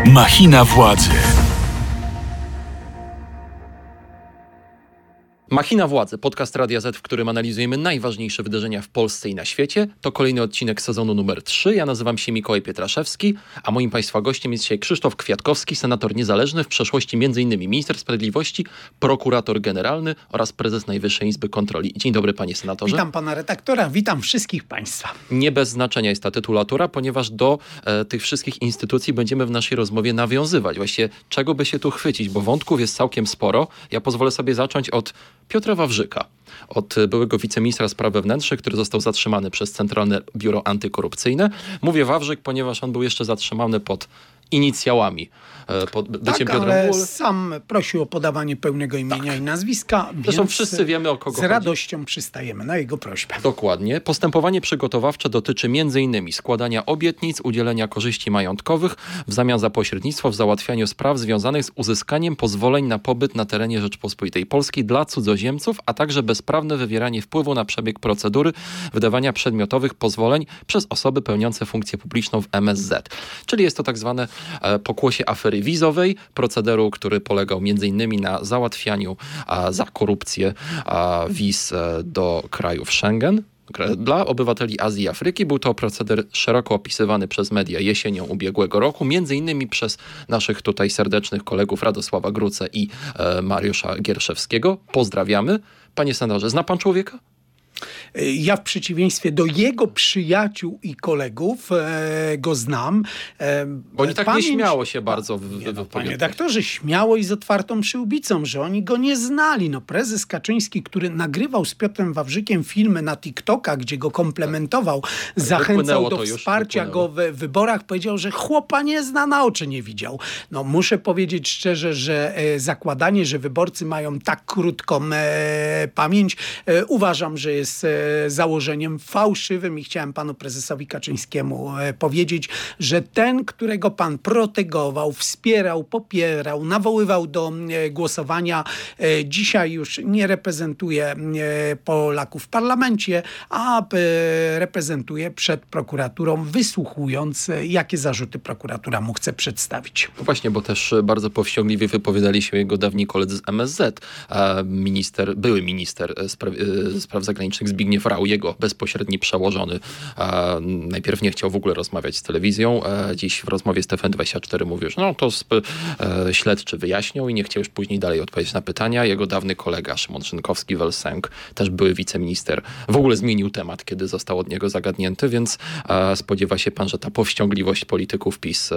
Machina władzy. Machina władzy, podcast Radia Z, w którym analizujemy najważniejsze wydarzenia w Polsce i na świecie. To kolejny odcinek sezonu numer 3. Ja nazywam się Mikołaj Pietraszewski, a moim Państwa gościem jest dzisiaj Krzysztof Kwiatkowski, senator niezależny, w przeszłości m.in. minister sprawiedliwości, prokurator generalny oraz prezes Najwyższej Izby Kontroli. Dzień dobry, panie senatorze. Witam pana redaktora, witam wszystkich państwa. Nie bez znaczenia jest ta tytulatura, ponieważ do tych wszystkich instytucji będziemy w naszej rozmowie nawiązywać. Właściwie czego by się tu chwycić, bo wątków jest całkiem sporo. Ja pozwolę sobie zacząć od Piotra Wawrzyka, od byłego wiceministra spraw wewnętrznych, który został zatrzymany przez Centralne Biuro Antykorupcyjne. Mówię Wawrzyk, ponieważ on był jeszcze zatrzymany pod inicjałami. Pod byciem tak, Piotrem ale sam prosił o podawanie pełnego imienia i nazwiska, Zresztą więc wszyscy wiemy, o kogo z chodzi. radością przystajemy na jego prośbę. Dokładnie. Postępowanie przygotowawcze dotyczy m.in. składania obietnic, udzielenia korzyści majątkowych w zamian za pośrednictwo w załatwianiu spraw związanych z uzyskaniem pozwoleń na pobyt na terenie Rzeczypospolitej Polskiej dla cudzoziemców, a także bezprawne wywieranie wpływu na przebieg procedury wydawania przedmiotowych pozwoleń przez osoby pełniące funkcję publiczną w MSZ. Czyli jest to tak zwane pokłosie afery wizowej, procederu, który polegał m.in. na załatwianiu za korupcję wiz do krajów Schengen. Dla obywateli Azji i Afryki był to proceder szeroko opisywany przez media jesienią ubiegłego roku, między innymi przez naszych tutaj serdecznych kolegów Radosława Grucę i Mariusza Gierszewskiego. Pozdrawiamy. Panie senatorze, zna pan człowieka? Ja w przeciwieństwie do jego przyjaciół i kolegów go znam. Bo oni tak nieśmiało się bardzo wypowiadają. Panie redaktorze, śmiało i z otwartą przyłbicą, że oni go nie znali. No, prezes Kaczyński, który nagrywał z Piotrem Wawrzykiem filmy na TikToka, gdzie go komplementował, zachęcał do wsparcia go w wyborach, powiedział, że chłopa nie zna, na oczy nie widział. No, muszę powiedzieć szczerze, że zakładanie, że wyborcy mają tak krótką pamięć, uważam, że jest założeniem fałszywym i chciałem panu prezesowi Kaczyńskiemu powiedzieć, że ten, którego pan protegował, wspierał, popierał, nawoływał do głosowania, dzisiaj już nie reprezentuje Polaków w parlamencie, a reprezentuje przed prokuraturą, wysłuchując, jakie zarzuty prokuratura mu chce przedstawić. No właśnie, bo też bardzo powściągliwie wypowiadali się jego dawni koledzy z MSZ. Były minister spraw zagranicznych Zbigniew Rau, jego bezpośredni przełożony, najpierw nie chciał w ogóle rozmawiać z telewizją. Dziś w rozmowie z TVN24 mówił, że no to śledczy wyjaśnią i nie chciał już później dalej odpowiedzieć na pytania. Jego dawny kolega Szymon Szynkowski-Welsenk, też były wiceminister, w ogóle zmienił temat, kiedy został od niego zagadnięty, więc spodziewa się pan, że ta powściągliwość polityków PiS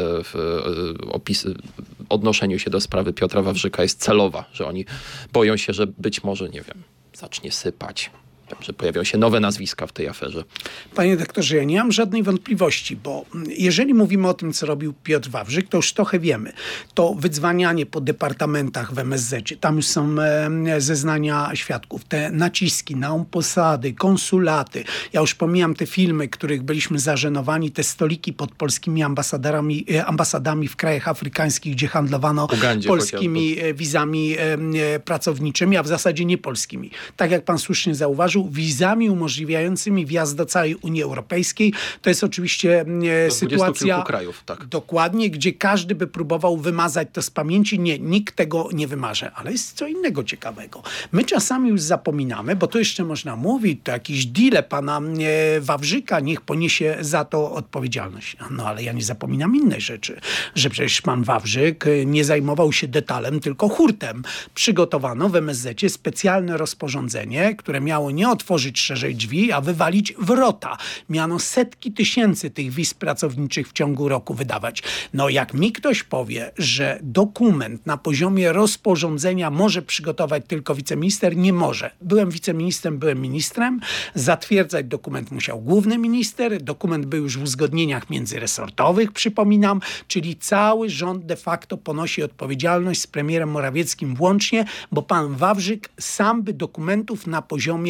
w odnoszeniu się do sprawy Piotra Wawrzyka jest celowa, że oni boją się, że być może, nie wiem, zacznie sypać, że pojawią się nowe nazwiska w tej aferze. Panie doktorze, ja nie mam żadnej wątpliwości, bo jeżeli mówimy o tym, co robił Piotr Wawrzyk, to już trochę wiemy. To wydzwanianie po departamentach w MSZ-cie, tam już są zeznania świadków, te naciski na ambasady, konsulaty. Ja już pomijam te filmy, których byliśmy zażenowani, te stoliki pod polskimi ambasadami w krajach afrykańskich, gdzie handlowano polskimi wizami pracowniczymi, a w zasadzie nie polskimi. Tak jak pan słusznie zauważył, wizami umożliwiającymi wjazd do całej Unii Europejskiej. To jest oczywiście sytuacja, kilku krajów, tak. Dokładnie, gdzie każdy by próbował wymazać to z pamięci. Nie, nikt tego nie wymarze. Ale jest co innego ciekawego. My czasami już zapominamy, bo to jeszcze można mówić, to jakieś deale pana Wawrzyka, niech poniesie za to odpowiedzialność. No ale ja nie zapominam innej rzeczy, że przecież pan Wawrzyk nie zajmował się detalem, tylko hurtem. Przygotowano w MSZ-cie specjalne rozporządzenie, które miało nie otworzyć szerzej drzwi, a wywalić wrota. Miano setki tysięcy tych wiz pracowniczych w ciągu roku wydawać. No jak mi ktoś powie, że dokument na poziomie rozporządzenia może przygotować tylko wiceminister, nie może. Byłem wiceministrem, byłem ministrem. Zatwierdzać dokument musiał główny minister. Dokument był już w uzgodnieniach międzyresortowych, przypominam, czyli cały rząd de facto ponosi odpowiedzialność z premierem Morawieckim włącznie, bo pan Wawrzyk sam by dokumentów na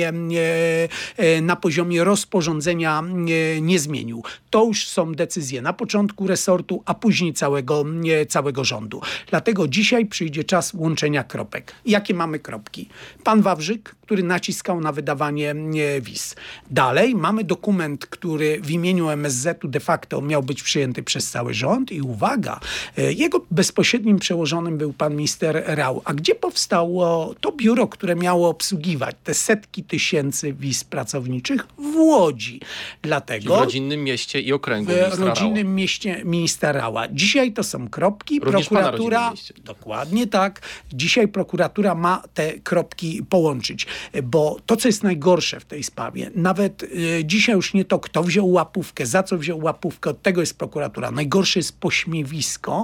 poziomie rozporządzenia nie zmienił. To już są decyzje na początku resortu, a później całego rządu. Dlatego dzisiaj przyjdzie czas łączenia kropek. Jakie mamy kropki? Pan Wawrzyk, który naciskał na wydawanie wiz. Dalej mamy dokument, który w imieniu MSZ-u de facto miał być przyjęty przez cały rząd i uwaga, jego bezpośrednim przełożonym był pan minister Rau. A gdzie powstało to biuro, które miało obsługiwać te setki tysięcy wiz pracowniczych? W Łodzi. Dlatego w rodzinnym mieście i okręgu w rodzinnym mieście ministra Rała. Dzisiaj to są kropki. Również Prokuratura, dokładnie tak, dzisiaj prokuratura ma te kropki połączyć. Bo to, co jest najgorsze w tej sprawie, nawet dzisiaj już nie to, kto wziął łapówkę, za co wziął łapówkę, od tego jest prokuratura. Najgorsze jest pośmiewisko,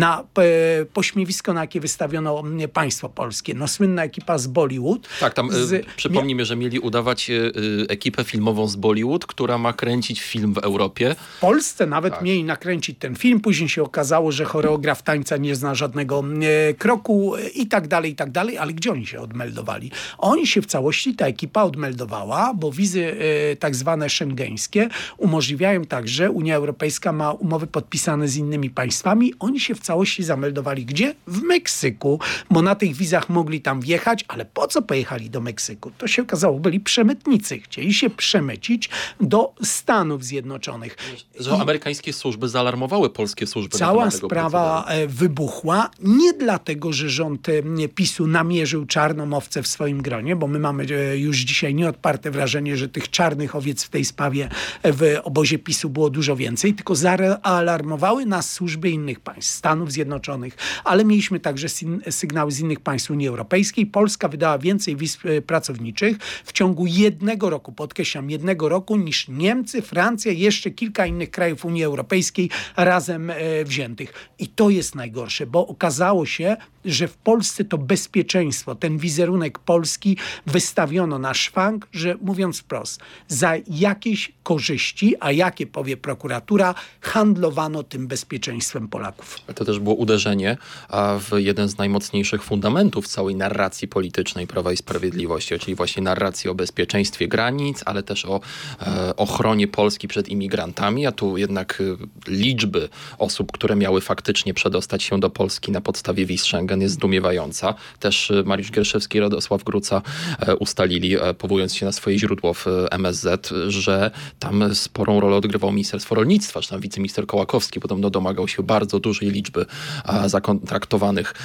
na jakie wystawiono państwo polskie. No słynna ekipa z Bollywood. Tak, tam przypomnijmy, że mieli udawać ekipę filmową z Bollywood, która ma kręcić film w Europie. W Polsce nawet mieli nakręcić ten film. Później się okazało, że choreograf tańca nie zna żadnego kroku i tak dalej, ale gdzie oni się odmeldowali? Oni się w całości, ta ekipa odmeldowała, bo wizy tak zwane szengeńskie umożliwiają także, Unia Europejska ma umowy podpisane z innymi państwami, oni się w całości zameldowali gdzie? W Meksyku, bo na tych wizach mogli tam wjechać, ale po co pojechali do Meksyku? To się okazało, byli przemytnicy. Chcieli się przemycić do Stanów Zjednoczonych. Że amerykańskie służby zaalarmowały polskie służby. Cała sprawa wybuchła nie dlatego, że rząd PiS-u namierzył czarną owcę w swoim gronie, bo my mamy już dzisiaj nieodparte wrażenie, że tych czarnych owiec w tej sprawie w obozie PiS-u było dużo więcej, tylko zaalarmowały nas służby innych państw, Stanów Zjednoczonych, ale mieliśmy także sygnały z innych państw Unii Europejskiej. Polska wydała więcej wiz pracowniczych w ciągu 1 roku, podkreślam 1 roku, niż Niemcy, Francja i jeszcze kilka innych krajów Unii Europejskiej razem wziętych. I to jest najgorsze, bo okazało się, że w Polsce to bezpieczeństwo, ten wizerunek Polski wystawiono na szwank, że mówiąc wprost, za jakieś korzyści, a jakie powie prokuratura, handlowano tym bezpieczeństwem Polaków. To też było uderzenie w jeden z najmocniejszych fundamentów całej narracji politycznej Prawa i Sprawiedliwości, czyli właśnie narracji o bezpieczeństwie granic, ale też o ochronie Polski przed imigrantami, a tu jednak liczby osób, które miały faktycznie przedostać się do Polski na podstawie wiz Schengen jest zdumiewająca. Też Mariusz Gierszewski i Radosław Gruca ustalili, powołując się na swoje źródło w MSZ, że tam sporą rolę odgrywał Ministerstwo Rolnictwa, że tam wiceminister Kołakowski podobno domagał się bardzo dużej liczby zakontraktowanych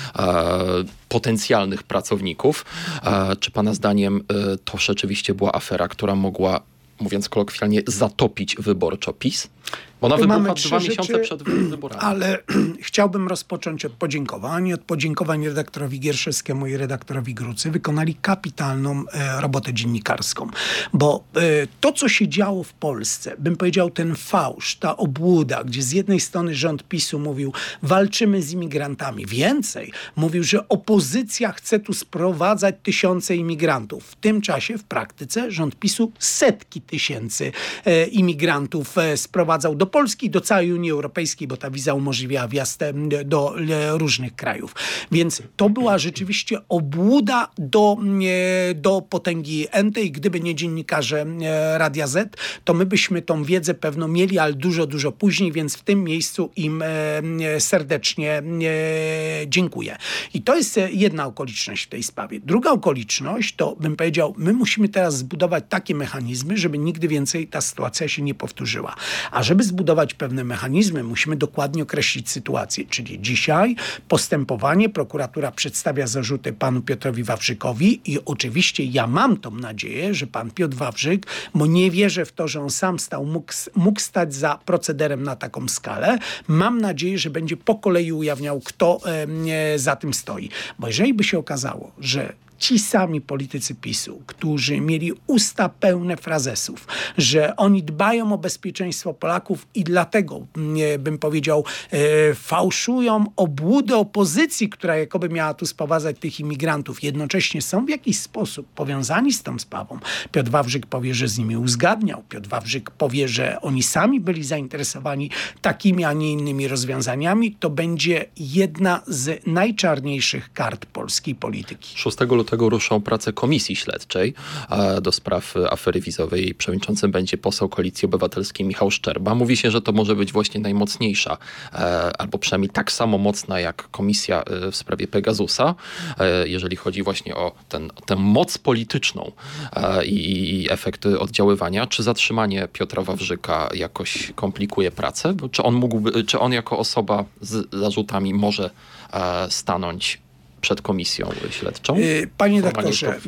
potencjalnych pracowników. Czy pana zdaniem to rzeczywiście była afera, która mogła, mówiąc kolokwialnie, zatopić wyborczo PiS? Bo ona wybuchła 2 miesiące przed wyborami. Ale chciałbym rozpocząć od podziękowań. Od podziękowań redaktorowi Gierszewskiemu i redaktorowi Grucy. Wykonali kapitalną robotę dziennikarską. Bo to, co się działo w Polsce, bym powiedział ten fałsz, ta obłuda, gdzie z jednej strony rząd PiS-u mówił, walczymy z imigrantami. Więcej, mówił, że opozycja chce tu sprowadzać tysiące imigrantów. W tym czasie, w praktyce, rząd PiS-u setki tysięcy imigrantów sprowadzał do Polski, do całej Unii Europejskiej, bo ta wiza umożliwiała wjazd do różnych krajów. Więc to była rzeczywiście obłuda do potęgi N i gdyby nie dziennikarze Radia Z, to my byśmy tą wiedzę pewno mieli, ale dużo, dużo później, więc w tym miejscu im serdecznie dziękuję. I to jest jedna okoliczność w tej sprawie. Druga okoliczność to, bym powiedział, my musimy teraz zbudować takie mechanizmy, żeby nigdy więcej ta sytuacja się nie powtórzyła. A żeby zbudować pewne mechanizmy, musimy dokładnie określić sytuację. Czyli dzisiaj postępowanie, prokuratura przedstawia zarzuty panu Piotrowi Wawrzykowi i oczywiście ja mam tą nadzieję, że pan Piotr Wawrzyk, bo nie wierzę w to, że on sam mógł stać za procederem na taką skalę. Mam nadzieję, że będzie po kolei ujawniał, kto za tym stoi. Bo jeżeli by się okazało, że ci sami politycy PiS-u, którzy mieli usta pełne frazesów, że oni dbają o bezpieczeństwo Polaków i dlatego, bym powiedział, fałszują obłudę opozycji, która jakoby miała tu sprowadzać tych imigrantów, jednocześnie są w jakiś sposób powiązani z tą sprawą. Piotr Wawrzyk powie, że z nimi uzgadniał. Piotr Wawrzyk powie, że oni sami byli zainteresowani takimi, a nie innymi rozwiązaniami. To będzie jedna z najczarniejszych kart polskiej polityki. 6 lutego lutego ruszą prace Komisji Śledczej do spraw afery wizowej. Jej przewodniczącym będzie poseł Koalicji Obywatelskiej Michał Szczerba. Mówi się, że to może być właśnie najmocniejsza, albo przynajmniej tak samo mocna jak komisja w sprawie Pegasusa, jeżeli chodzi właśnie o tę moc polityczną i efekty oddziaływania. Czy zatrzymanie Piotra Wawrzyka jakoś komplikuje pracę? Czy on jako osoba z zarzutami może stanąć przed komisją śledczą? Panie doktorze,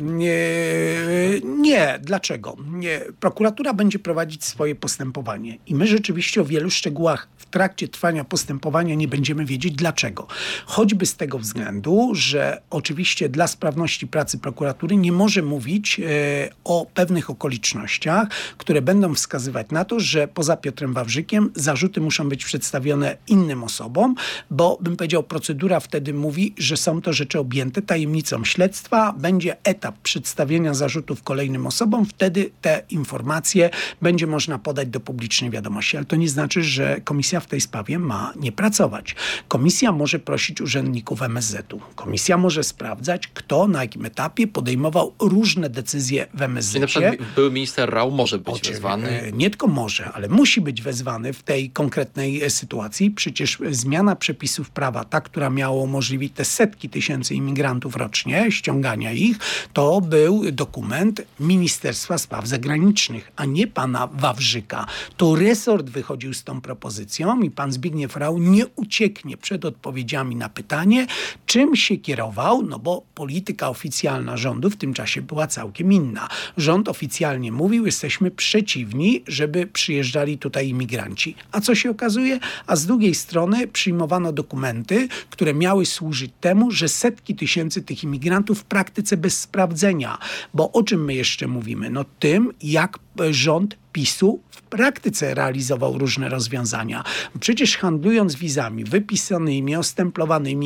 nie. Dlaczego? Prokuratura będzie prowadzić swoje postępowanie i my rzeczywiście o wielu szczegółach w trakcie trwania postępowania nie będziemy wiedzieć dlaczego. Choćby z tego względu, że oczywiście dla sprawności pracy prokuratury nie może mówić o pewnych okolicznościach, które będą wskazywać na to, że poza Piotrem Wawrzykiem zarzuty muszą być przedstawione innym osobom, bo bym powiedział, procedura wtedy mówi, że są to rzeczy objęte tajemnicą śledztwa, będzie etap przedstawienia zarzutów kolejnym osobom, wtedy te informacje będzie można podać do publicznej wiadomości. Ale to nie znaczy, że komisja w tej sprawie ma nie pracować. Komisja może prosić urzędników MSZ-u. Komisja może sprawdzać, kto na jakim etapie podejmował różne decyzje w MSZ-cie. Na przykład były minister Rau może być wezwany? Nie tylko może, ale musi być wezwany w tej konkretnej sytuacji. Przecież zmiana przepisów prawa, ta, która miała umożliwić te setki tysięcy imigrantów rocznie, ściągania ich, to był dokument Ministerstwa Spraw Zagranicznych, a nie pana Wawrzyka. To resort wychodził z tą propozycją i pan Zbigniew Rau nie ucieknie przed odpowiedziami na pytanie, czym się kierował, no bo polityka oficjalna rządu w tym czasie była całkiem inna. Rząd oficjalnie mówił, jesteśmy przeciwni, żeby przyjeżdżali tutaj imigranci. A co się okazuje? A z drugiej strony przyjmowano dokumenty, które miały służyć temu, że setki tysięcy tych imigrantów w praktyce bez sprawdzenia. Bo o czym my jeszcze mówimy? No tym, jak rząd PiS-u w praktyce realizował różne rozwiązania. Przecież handlując wizami wypisanymi, ostemplowanymi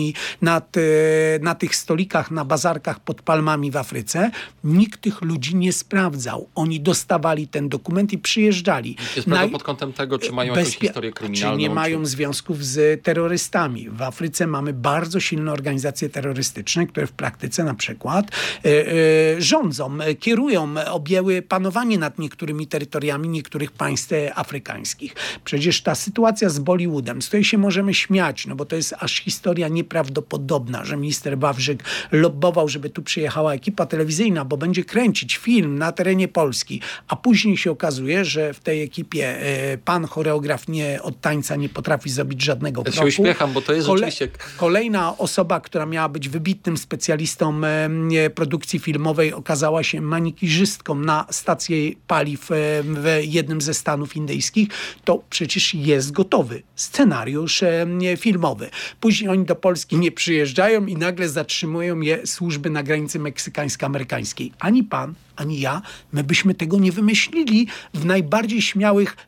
na tych stolikach, na bazarkach pod palmami w Afryce, nikt tych ludzi nie sprawdzał. Oni dostawali ten dokument i przyjeżdżali. Jest prawda pod kątem tego, czy mają jakąś historię kryminalną. Czy nie mają związków z terrorystami. W Afryce mamy bardzo silne organizacje terrorystyczne, które w praktyce na przykład rządzą, kierują, objęły panowanie nad niektórymi terytoriami niektórych państw afrykańskich. Przecież ta sytuacja z Bollywoodem, z której się możemy śmiać, no bo to jest aż historia nieprawdopodobna, że minister Wawrzyk lobbował, żeby tu przyjechała ekipa telewizyjna, bo będzie kręcić film na terenie Polski, a później się okazuje, że w tej ekipie pan choreograf od tańca nie potrafi zrobić żadnego kroku. Ja się uśmiecham, bo to jest rzeczywiście... Kolejna osoba, która miała być wybitnym specjalistą produkcji filmowej, okazała się manikirzystką na stacji paliw w jednym ze stanów indyjskich, to przecież jest gotowy scenariusz filmowy. Później oni do Polski nie przyjeżdżają i nagle zatrzymują je służby na granicy meksykańsko-amerykańskiej. Ani pan, ani ja, my byśmy tego nie wymyślili w najbardziej śmiałych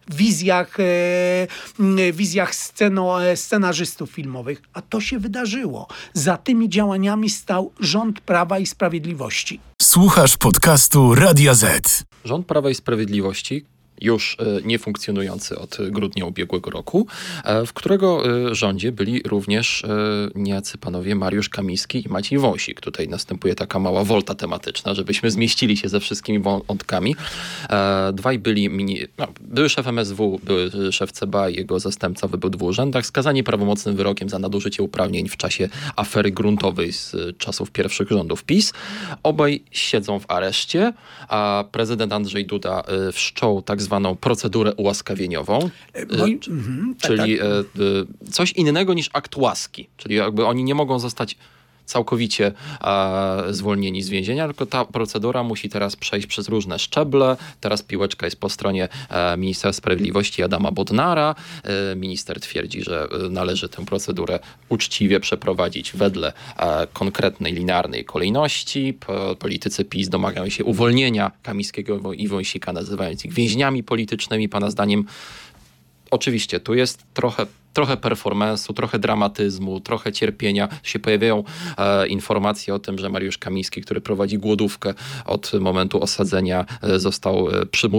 wizjach scenarzystów filmowych. A to się wydarzyło. Za tymi działaniami stał rząd Prawa i Sprawiedliwości. Słuchasz podcastu Radia Z. Rząd Prawa i Sprawiedliwości, już nie funkcjonujący od grudnia ubiegłego roku, w którego rządzie byli również niejacy panowie Mariusz Kamiński i Maciej Wąsik. Tutaj następuje taka mała wolta tematyczna, żebyśmy zmieścili się ze wszystkimi wątkami. Dwaj były szef MSW, były szef CBA i jego zastępca w obydwu urzędach, skazani prawomocnym wyrokiem za nadużycie uprawnień w czasie afery gruntowej z czasów pierwszych rządów PiS. Obaj siedzą w areszcie, a prezydent Andrzej Duda wszczął tak zwaną procedurę ułaskawieniową, czyli coś innego niż akt łaski. Czyli jakby oni nie mogą zostać całkowicie zwolnieni z więzienia, tylko ta procedura musi teraz przejść przez różne szczeble. Teraz piłeczka jest po stronie ministra sprawiedliwości Adama Bodnara. Minister twierdzi, że należy tę procedurę uczciwie przeprowadzić wedle konkretnej, linearnej kolejności. Politycy PiS domagają się uwolnienia Kamińskiego i Wąsika, nazywając ich więźniami politycznymi. Pana zdaniem oczywiście tu jest trochę trochę performance'u, trochę dramatyzmu, trochę cierpienia. Się pojawiają informacje o tym, że Mariusz Kamiński, który prowadzi głodówkę od momentu osadzenia, został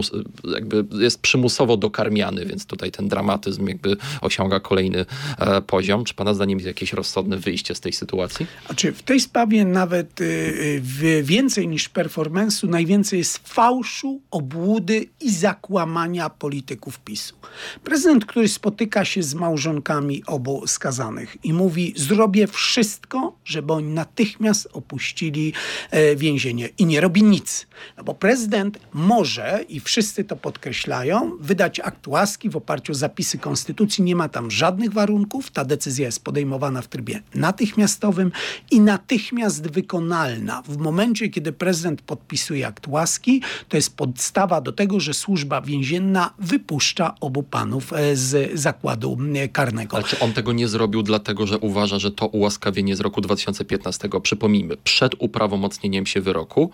jest przymusowo dokarmiany, więc tutaj ten dramatyzm jakby osiąga kolejny poziom. Czy pana zdaniem jest jakieś rozsądne wyjście z tej sytuacji? Znaczy, w tej sprawie nawet więcej niż performance'u, najwięcej jest fałszu, obłudy i zakłamania polityków PiS-u. Prezydent, który spotyka się z małżonkami obu skazanych i mówi: zrobię wszystko, żeby oni natychmiast opuścili więzienie, i nie robi nic. No bo prezydent może, i wszyscy to podkreślają, wydać akt łaski w oparciu o zapisy konstytucji. Nie ma tam żadnych warunków. Ta decyzja jest podejmowana w trybie natychmiastowym i natychmiast wykonalna. W momencie, kiedy prezydent podpisuje akt łaski, to jest podstawa do tego, że służba więzienna wypuszcza obu panów z zakładu karnego. Ale czy on tego nie zrobił dlatego, że uważa, że to ułaskawienie z roku 2015, przypomnijmy, przed uprawomocnieniem się wyroku,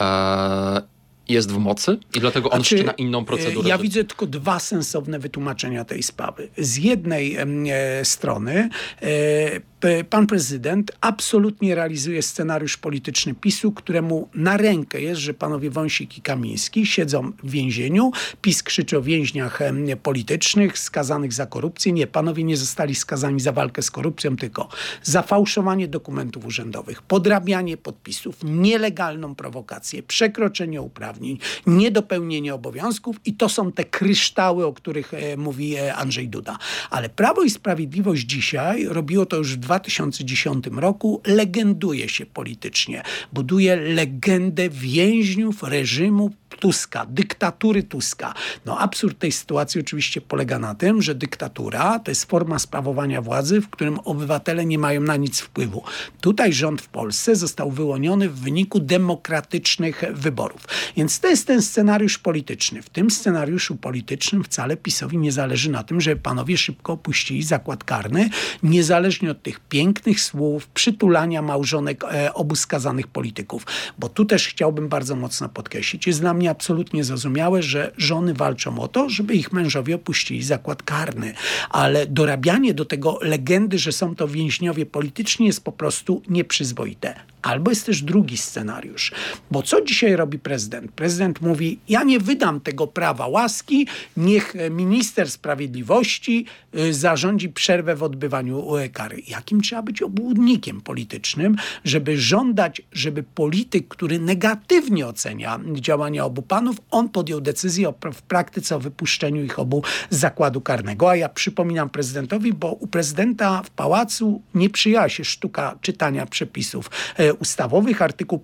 jest w mocy i dlatego on wszczyna inną procedurę? Ja widzę tylko dwa sensowne wytłumaczenia tej sprawy. Z jednej strony pan prezydent absolutnie realizuje scenariusz polityczny PiS-u, któremu na rękę jest, że panowie Wąsik i Kamiński siedzą w więzieniu. PiS krzyczy o więźniach politycznych skazanych za korupcję. Nie, panowie nie zostali skazani za walkę z korupcją, tylko za fałszowanie dokumentów urzędowych, podrabianie podpisów, nielegalną prowokację, przekroczenie uprawnień, niedopełnienie obowiązków, i to są te kryształy, o których mówi Andrzej Duda. Ale Prawo i Sprawiedliwość dzisiaj robiło to już w 2010 roku, legenduje się politycznie, buduje legendę więźniów reżimu Tuska, dyktatury Tuska. No absurd tej sytuacji oczywiście polega na tym, że dyktatura to jest forma sprawowania władzy, w którym obywatele nie mają na nic wpływu. Tutaj rząd w Polsce został wyłoniony w wyniku demokratycznych wyborów. Więc to jest ten scenariusz polityczny. W tym scenariuszu politycznym wcale PiS-owi nie zależy na tym, żeby panowie szybko opuścili zakład karny, niezależnie od tych pięknych słów, przytulania małżonek obu skazanych polityków. Bo tu też chciałbym bardzo mocno podkreślić, jest dla mnie absolutnie zrozumiałe, że żony walczą o to, żeby ich mężowie opuścili zakład karny. Ale dorabianie do tego legendy, że są to więźniowie polityczni, jest po prostu nieprzyzwoite. Albo jest też drugi scenariusz. Bo co dzisiaj robi prezydent? Prezydent mówi: ja nie wydam tego prawa łaski, niech minister sprawiedliwości zarządzi przerwę w odbywaniu kary. Jakim trzeba być obłudnikiem politycznym, żeby żądać, żeby polityk, który negatywnie ocenia działania obu panów, on podjął decyzję w praktyce o wypuszczeniu ich obu z zakładu karnego. A ja przypominam prezydentowi, bo u prezydenta w pałacu nie przyjęła się sztuka czytania przepisów ustawowych. Artykuł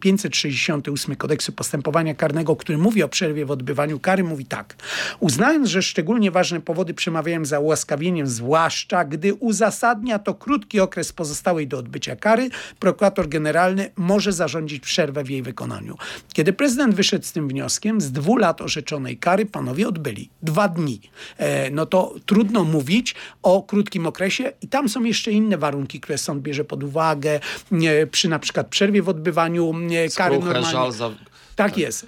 568 Kodeksu Postępowania Karnego, który mówi o przerwie w odbywaniu kary, mówi tak: uznając, że szczególnie ważne powody przemawiają za ułaskawieniem, zwłaszcza gdy uzasadnia to krótki okres pozostały do odbycia kary, prokurator generalny może zarządzić przerwę w jej wykonaniu. Kiedy prezydent wyszedł z tym wnioskiem, z 2 lat orzeczonej kary panowie odbyli 2 dni. No to trudno mówić o krótkim okresie i tam są jeszcze inne warunki, które sąd bierze pod uwagę przy na przykład przerwie w odbywaniu kary normalnej. Tak jest.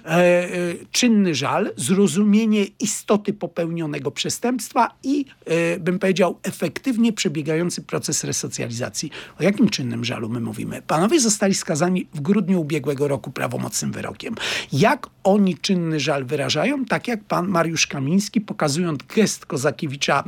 Czynny żal, zrozumienie istoty popełnionego przestępstwa i, bym powiedział, efektywnie przebiegający proces resocjalizacji. O jakim czynnym żalu my mówimy? Panowie zostali skazani w grudniu ubiegłego roku prawomocnym wyrokiem. Jak oni czynny żal wyrażają? Tak jak pan Mariusz Kamiński, pokazując gest Kozakiewicza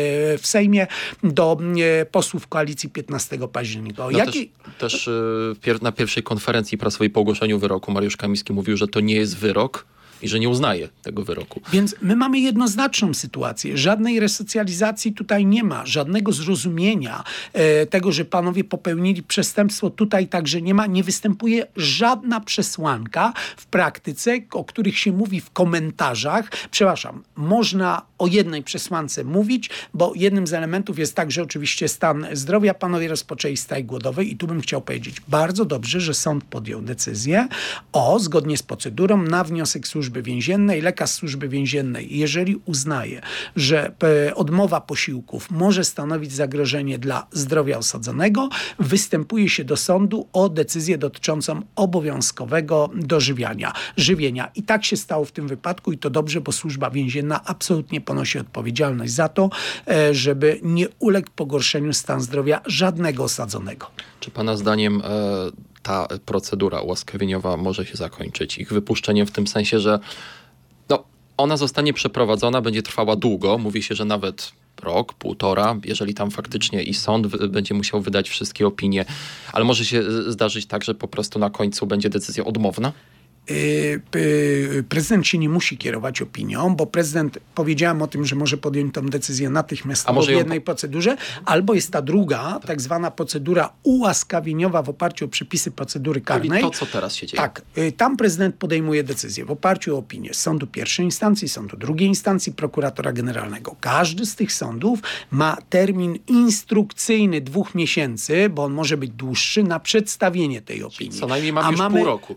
w Sejmie do posłów koalicji 15 października. Też na pierwszej konferencji prasowej po ogłoszeniu wyroku Mariusz Kamiński mówił, że to nie jest wyrok i że nie uznaje tego wyroku. Więc my mamy jednoznaczną sytuację. Żadnej resocjalizacji tutaj nie ma. Żadnego zrozumienia tego, że panowie popełnili przestępstwo, tutaj także nie ma. Nie występuje żadna przesłanka w praktyce, o których się mówi w komentarzach. Przepraszam, można o jednej przesłance mówić, bo jednym z elementów jest także oczywiście stan zdrowia. Panowie rozpoczęli strajk głodowy i tu bym chciał powiedzieć, bardzo dobrze, że sąd podjął decyzję zgodnie z procedurą, na wniosek służby Służby Więziennej, lekarz Służby Więziennej, jeżeli uznaje, że odmowa posiłków może stanowić zagrożenie dla zdrowia osadzonego, występuje się do sądu o decyzję dotyczącą obowiązkowego żywienia. I tak się stało w tym wypadku i to dobrze, bo Służba Więzienna absolutnie ponosi odpowiedzialność za to, żeby nie uległ pogorszeniu stan zdrowia żadnego osadzonego. Czy pana zdaniem ta procedura ułaskawieniowa może się zakończyć ich wypuszczeniem w tym sensie, że ona zostanie przeprowadzona, będzie trwała długo, mówi się, że nawet rok, półtora, jeżeli tam faktycznie i sąd będzie musiał wydać wszystkie opinie, ale może się zdarzyć tak, że po prostu na końcu będzie decyzja odmowna? Prezydent się nie musi kierować opinią, bo prezydent, powiedziałem o tym, że może podjąć tą decyzję natychmiastowo w jednej procedurze, albo jest ta druga, tak zwana procedura ułaskawieniowa w oparciu o przepisy procedury karnej. Czyli to, co teraz się dzieje. Tak, tam prezydent podejmuje decyzję w oparciu o opinię sądu pierwszej instancji, sądu drugiej instancji, prokuratora generalnego. Każdy z tych sądów ma termin instrukcyjny 2 miesięcy, bo on może być dłuższy, na przedstawienie tej opinii. Co najmniej mamy już pół roku.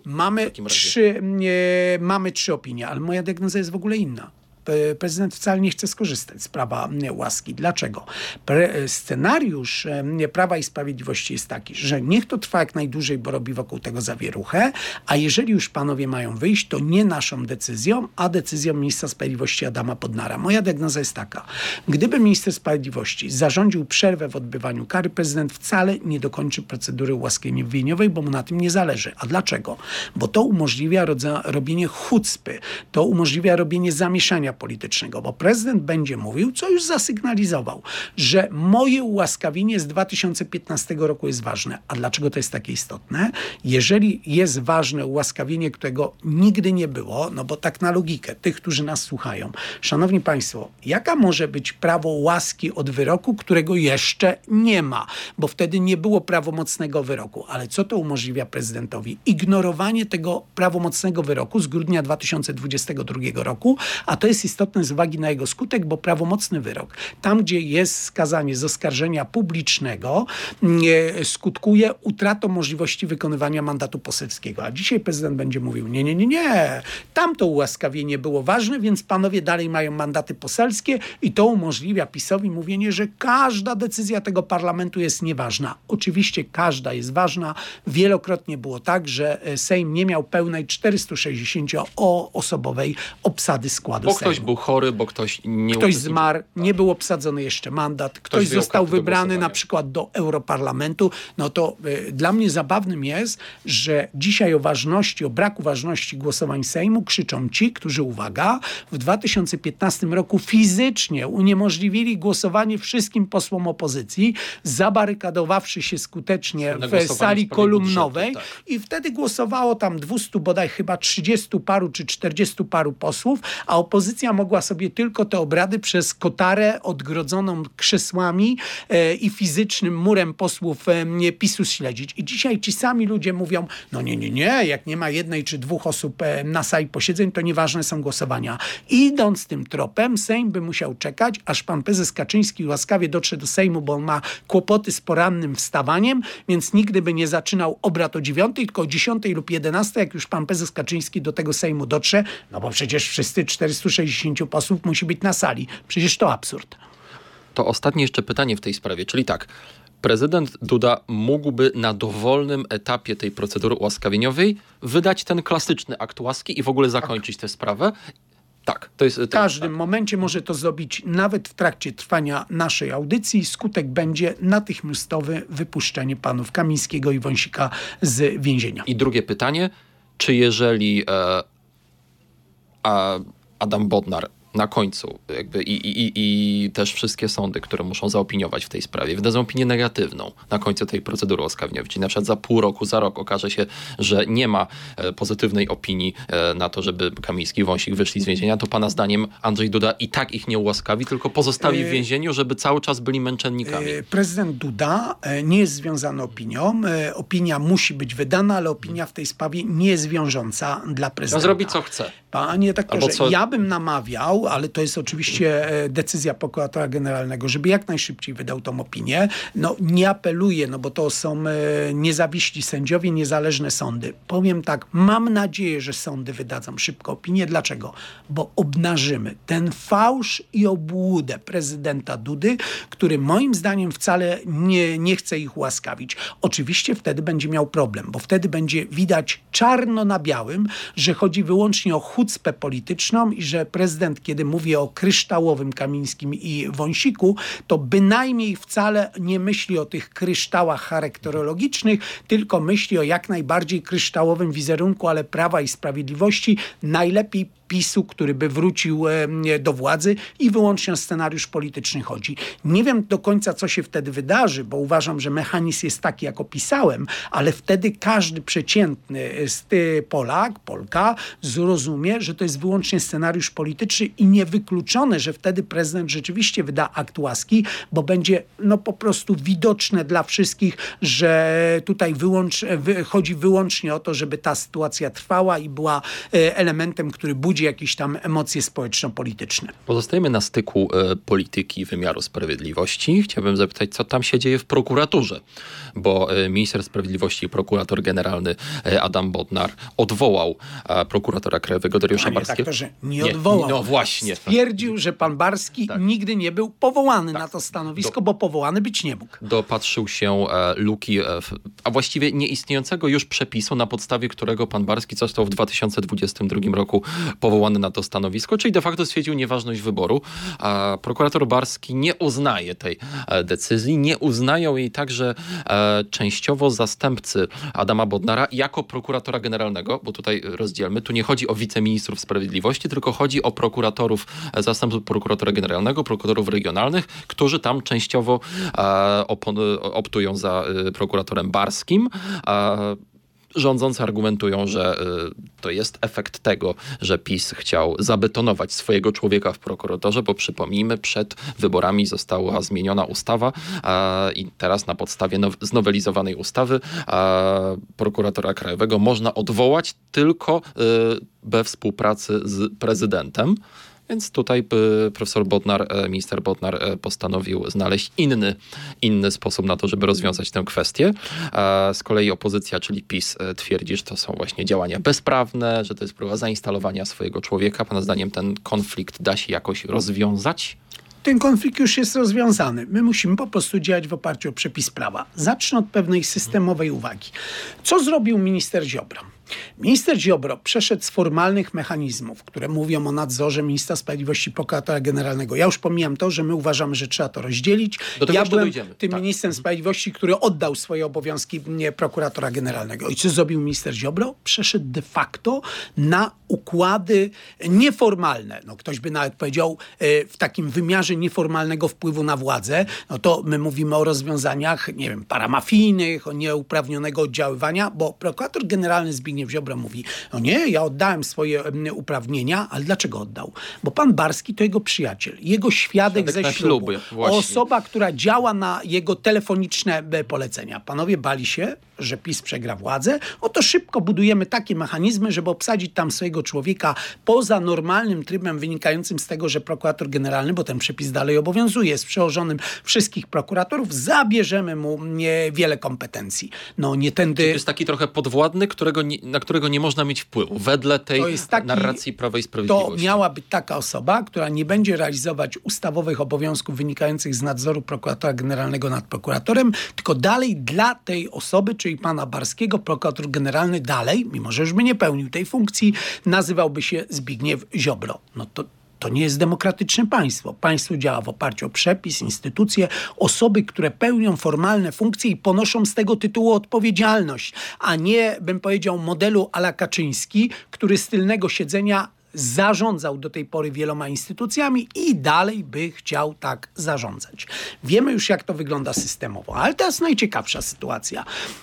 Mamy 3 opinie, ale moja diagnoza jest w ogóle inna. Prezydent wcale nie chce skorzystać z prawa łaski. Dlaczego? Scenariusz Prawa i Sprawiedliwości jest taki, że niech to trwa jak najdłużej, bo robi wokół tego zawieruchę, a jeżeli już panowie mają wyjść, to nie naszą decyzją, a decyzją ministra sprawiedliwości Adama Bodnara. Moja diagnoza jest taka. Gdyby minister sprawiedliwości zarządził przerwę w odbywaniu kary, prezydent wcale nie dokończy procedury ułaskawieniowej, bo mu na tym nie zależy. A dlaczego? Bo to umożliwia robienie chucpy, to umożliwia robienie zamieszania politycznego, bo prezydent będzie mówił, co już zasygnalizował, że moje ułaskawienie z 2015 roku jest ważne. A dlaczego to jest takie istotne? Jeżeli jest ważne ułaskawienie, którego nigdy nie było, no bo tak na logikę tych, którzy nas słuchają. Szanowni Państwo, jaka może być prawo łaski od wyroku, którego jeszcze nie ma? Bo wtedy nie było prawomocnego wyroku. Ale co to umożliwia prezydentowi? Ignorowanie tego prawomocnego wyroku z grudnia 2022 roku, a to jest istotne z uwagi na jego skutek, bo prawomocny wyrok, tam gdzie jest skazanie z oskarżenia publicznego, skutkuje utratą możliwości wykonywania mandatu poselskiego. A dzisiaj prezydent będzie mówił, nie. Tamto ułaskawienie było ważne, więc panowie dalej mają mandaty poselskie i to umożliwia PiS-owi mówienie, że każda decyzja tego parlamentu jest nieważna. Oczywiście każda jest ważna. Wielokrotnie było tak, że Sejm nie miał pełnej 460-osobowej obsady składu Sejmu. Ktoś był chory, bo ktoś zmarł, nie był obsadzony jeszcze mandat, ktoś został wybrany na przykład do Europarlamentu. No to dla mnie zabawnym jest, że dzisiaj o braku ważności głosowań Sejmu krzyczą ci, którzy, uwaga, w 2015 roku fizycznie uniemożliwili głosowanie wszystkim posłom opozycji, zabarykadowawszy się skutecznie w sali kolumnowej i wtedy głosowało tam 200 bodaj chyba 30 paru czy 40 paru posłów, a opozycja mogła sobie tylko te obrady przez kotarę odgrodzoną krzesłami i fizycznym murem posłów PiS-u śledzić. I dzisiaj ci sami ludzie mówią, no nie, jak nie ma 1 czy 2 osób na sali posiedzeń, to nieważne są głosowania. Idąc tym tropem, Sejm by musiał czekać, aż pan prezes Kaczyński łaskawie dotrze do Sejmu, bo on ma kłopoty z porannym wstawaniem, więc nigdy by nie zaczynał obrad o 9, tylko o 10 lub 11, jak już pan prezes Kaczyński do tego Sejmu dotrze, no bo przecież wszyscy 460 posłów musi być na sali. Przecież to absurd. To ostatnie jeszcze pytanie w tej sprawie, czyli tak, prezydent Duda mógłby na dowolnym etapie tej procedury ułaskawieniowej wydać ten klasyczny akt łaski i w ogóle zakończyć tę sprawę? Tak. W każdym momencie może to zrobić nawet w trakcie trwania naszej audycji. Skutek będzie natychmiastowe wypuszczenie panów Kamińskiego i Wąsika z więzienia. I drugie pytanie, czy jeżeli Adam Bodnar na końcu jakby i też wszystkie sądy, które muszą zaopiniować w tej sprawie, wydadzą opinię negatywną na końcu tej procedury ułaskawieniowej, czyli na przykład za pół roku, za rok okaże się, że nie ma pozytywnej opinii na to, żeby Kamiński i Wąsik wyszli z więzienia, to pana zdaniem Andrzej Duda i tak ich nie ułaskawi, tylko pozostawi w więzieniu, żeby cały czas byli męczennikami? Prezydent Duda nie jest związany opinią. Opinia musi być wydana, ale opinia w tej sprawie nie jest wiążąca dla prezydenta. On zrobi co chce. Panie redaktorze, ja bym namawiał, ale to jest oczywiście decyzja prokuratora generalnego, żeby jak najszybciej wydał tą opinię. No nie apeluję, no bo to są niezawiśli sędziowie, niezależne sądy. Powiem tak, mam nadzieję, że sądy wydadzą szybko opinię. Dlaczego? Bo obnażymy ten fałsz i obłudę prezydenta Dudy, który moim zdaniem wcale nie chce ich łaskawić. Oczywiście wtedy będzie miał problem, bo wtedy będzie widać czarno na białym, że chodzi wyłącznie o chucpę polityczną i że prezydent, kiedy mówi o kryształowym Kamińskim i Wąsiku, to bynajmniej wcale nie myśli o tych kryształach charakterologicznych, tylko myśli o jak najbardziej kryształowym wizerunku, ale Prawa i Sprawiedliwości, najlepiej PiS-u, który by wrócił do władzy i wyłącznie o scenariusz polityczny chodzi. Nie wiem do końca, co się wtedy wydarzy, bo uważam, że mechanizm jest taki, jak opisałem, ale wtedy każdy przeciętny Polak, Polka zrozumie, że to jest wyłącznie scenariusz polityczny i niewykluczone, że wtedy prezydent rzeczywiście wyda akt łaski, bo będzie po prostu widoczne dla wszystkich, że tutaj chodzi wyłącznie o to, żeby ta sytuacja trwała i była elementem, który budzi jakieś tam emocje społeczno-polityczne. Pozostajemy na styku polityki wymiaru sprawiedliwości. Chciałbym zapytać, co tam się dzieje w prokuraturze, bo minister sprawiedliwości i prokurator generalny Adam Bodnar odwołał prokuratora krajowego Dariusza Barskiego. Nie odwołał. No właśnie. Stwierdził, że pan Barski nigdy nie był powołany na to stanowisko, bo powołany być nie mógł. Dopatrzył się luki, a właściwie nieistniejącego już przepisu, na podstawie którego pan Barski został w 2022 roku powołany na to stanowisko, czyli de facto stwierdził nieważność wyboru. A prokurator Barski nie uznaje tej decyzji, nie uznają jej także częściowo zastępcy Adama Bodnara jako prokuratora generalnego, bo tutaj rozdzielmy, tu nie chodzi o wiceministrów sprawiedliwości, tylko chodzi o prokuratorów, zastępców prokuratora generalnego, prokuratorów regionalnych, którzy tam częściowo optują za prokuratorem Barskim. Rządzący argumentują, że to jest efekt tego, że PiS chciał zabetonować swojego człowieka w prokuratorze, bo przypomnijmy, przed wyborami została zmieniona ustawa i teraz na podstawie znowelizowanej ustawy prokuratora krajowego można odwołać tylko we współpracy z prezydentem. Więc tutaj profesor Bodnar, minister Bodnar postanowił znaleźć inny sposób na to, żeby rozwiązać tę kwestię. Z kolei opozycja, czyli PiS, twierdzi, że to są właśnie działania bezprawne, że to jest próba zainstalowania swojego człowieka. Pana zdaniem ten konflikt da się jakoś rozwiązać? Ten konflikt już jest rozwiązany. My musimy po prostu działać w oparciu o przepis prawa. Zacznę od pewnej systemowej uwagi. Co zrobił minister Ziobro? Minister Ziobro przeszedł z formalnych mechanizmów, które mówią o nadzorze ministra sprawiedliwości, prokuratora generalnego. Ja już pomijam to, że my uważamy, że trzeba to rozdzielić. Ja byłem tym ministrem sprawiedliwości, który oddał swoje obowiązki prokuratora generalnego. I co zrobił minister Ziobro? Przeszedł de facto na układy nieformalne. Ktoś by nawet powiedział w takim wymiarze nieformalnego wpływu na władzę. To my mówimy o rozwiązaniach, paramafijnych, o nieuprawnionego oddziaływania, bo prokurator generalny Zbigniew Ziobro mówi, ja oddałem swoje uprawnienia, ale dlaczego oddał? Bo pan Barski to jego przyjaciel, jego świadek ze ślubu. Osoba, która działa na jego telefoniczne polecenia. Panowie bali się, że PiS przegra władzę, oto szybko budujemy takie mechanizmy, żeby obsadzić tam swojego człowieka poza normalnym trybem wynikającym z tego, że prokurator generalny, bo ten przepis dalej obowiązuje, jest przełożonym wszystkich prokuratorów, zabierzemy mu wiele kompetencji. Nie tędy... Czyli to jest taki trochę podwładny, na którego nie można mieć wpływu, wedle tej narracji Prawa i Sprawiedliwości. To miała być taka osoba, która nie będzie realizować ustawowych obowiązków wynikających z nadzoru prokuratora generalnego nad prokuratorem, tylko dalej dla tej osoby, czyli pana Barskiego, prokurator generalny dalej, mimo że już by nie pełnił tej funkcji, nazywałby się Zbigniew Ziobro. To nie jest demokratyczne państwo. Państwo działa w oparciu o przepis, instytucje, osoby, które pełnią formalne funkcje i ponoszą z tego tytułu odpowiedzialność, a nie, bym powiedział, modelu à la Kaczyński, który z tylnego siedzenia zarządzał do tej pory wieloma instytucjami i dalej by chciał tak zarządzać. Wiemy już, jak to wygląda systemowo, ale teraz najciekawsza sytuacja.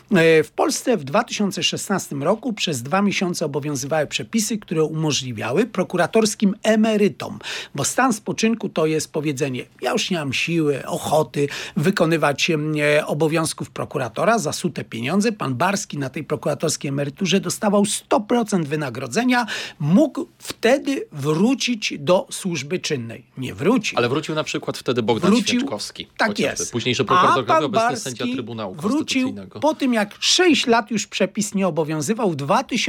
W Polsce w 2016 roku przez 2 miesiące obowiązywały przepisy, które umożliwiały prokuratorskim emerytom, bo stan spoczynku to jest powiedzenie, ja już nie mam siły, ochoty wykonywać obowiązków prokuratora, zasute pieniądze. Pan Barski na tej prokuratorskiej emeryturze dostawał 100% wynagrodzenia, mógł w wtedy wrócić do służby czynnej. Nie wrócił. Ale wrócił na przykład wtedy Bogdan Święczkowski. Tak jest. Późniejszy prokurator krajowy, obecny Barski sędzia Trybunału wrócił Konstytucyjnego. po tym, jak 6 lat już przepis nie obowiązywał w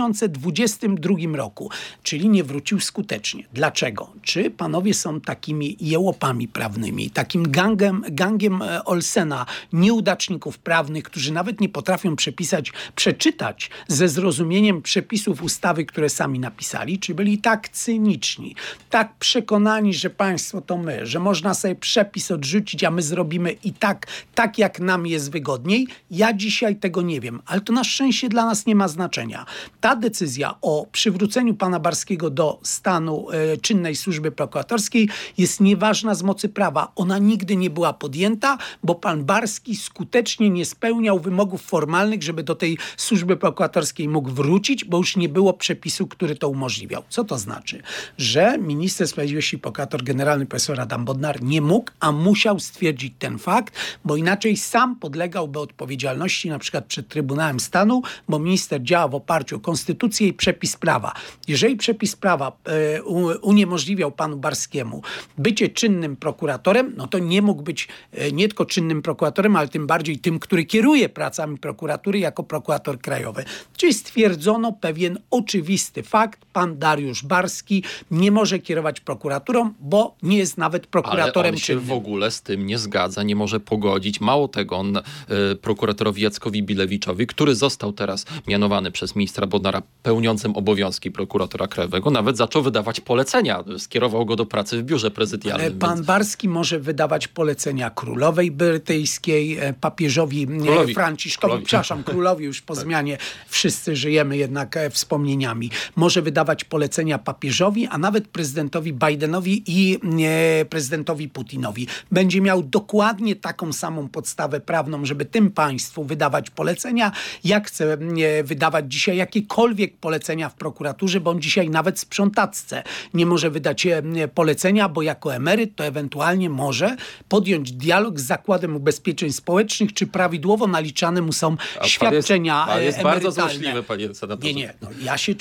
2022 roku. Czyli nie wrócił skutecznie. Dlaczego? Czy panowie są takimi jełopami prawnymi, takim gangiem Olsena, nieudaczników prawnych, którzy nawet nie potrafią przeczytać ze zrozumieniem przepisów ustawy, które sami napisali? Czy byli tak cyniczni, tak przekonani, że państwo to my, że można sobie przepis odrzucić, a my zrobimy i tak jak nam jest wygodniej? Ja dzisiaj tego nie wiem, ale to na szczęście dla nas nie ma znaczenia. Ta decyzja o przywróceniu pana Barskiego do stanu czynnej służby prokuratorskiej jest nieważna z mocy prawa. Ona nigdy nie była podjęta, bo pan Barski skutecznie nie spełniał wymogów formalnych, żeby do tej służby prokuratorskiej mógł wrócić, bo już nie było przepisu, który to umożliwiał. Co to znaczy? Że minister sprawiedliwości, prokurator generalny profesor Adam Bodnar nie mógł, a musiał stwierdzić ten fakt, bo inaczej sam podlegałby odpowiedzialności na przykład przed Trybunałem Stanu, bo minister działa w oparciu o konstytucję i przepis prawa. Jeżeli przepis prawa uniemożliwiał panu Barskiemu bycie czynnym prokuratorem, no to nie mógł być nie tylko czynnym prokuratorem, ale tym bardziej tym, który kieruje pracami prokuratury jako prokurator krajowy. Czyli stwierdzono pewien oczywisty fakt. Pan Dariusz Barski nie może kierować prokuraturą, bo nie jest nawet prokuratorem ale on się czynnym. w ogóle z tym nie zgadza, nie może pogodzić. Mało tego, on prokuratorowi Jackowi Bilewiczowi, który został teraz mianowany przez ministra Bodnara pełniącym obowiązki prokuratora krajowego, nawet zaczął wydawać polecenia. Skierował go do pracy w biurze prezydialnym. Ale pan Barski może wydawać polecenia królowej brytyjskiej, papieżowi Franciszkowi, królowi już po zmianie. Wszyscy żyjemy jednak wspomnieniami. Może wydawać polecenia papieżowi, a nawet prezydentowi Bidenowi i prezydentowi Putinowi. Będzie miał dokładnie taką samą podstawę prawną, żeby tym państwu wydawać polecenia, jak chce wydawać dzisiaj jakiekolwiek polecenia w prokuraturze, bo on dzisiaj nawet sprzątaczce nie może wydać polecenia, bo jako emeryt to ewentualnie może podjąć dialog z Zakładem Ubezpieczeń Społecznych, czy prawidłowo naliczane mu są świadczenia Pan jest emerytalne. bardzo złośliwy, panie senatorze. Nie. No, ja się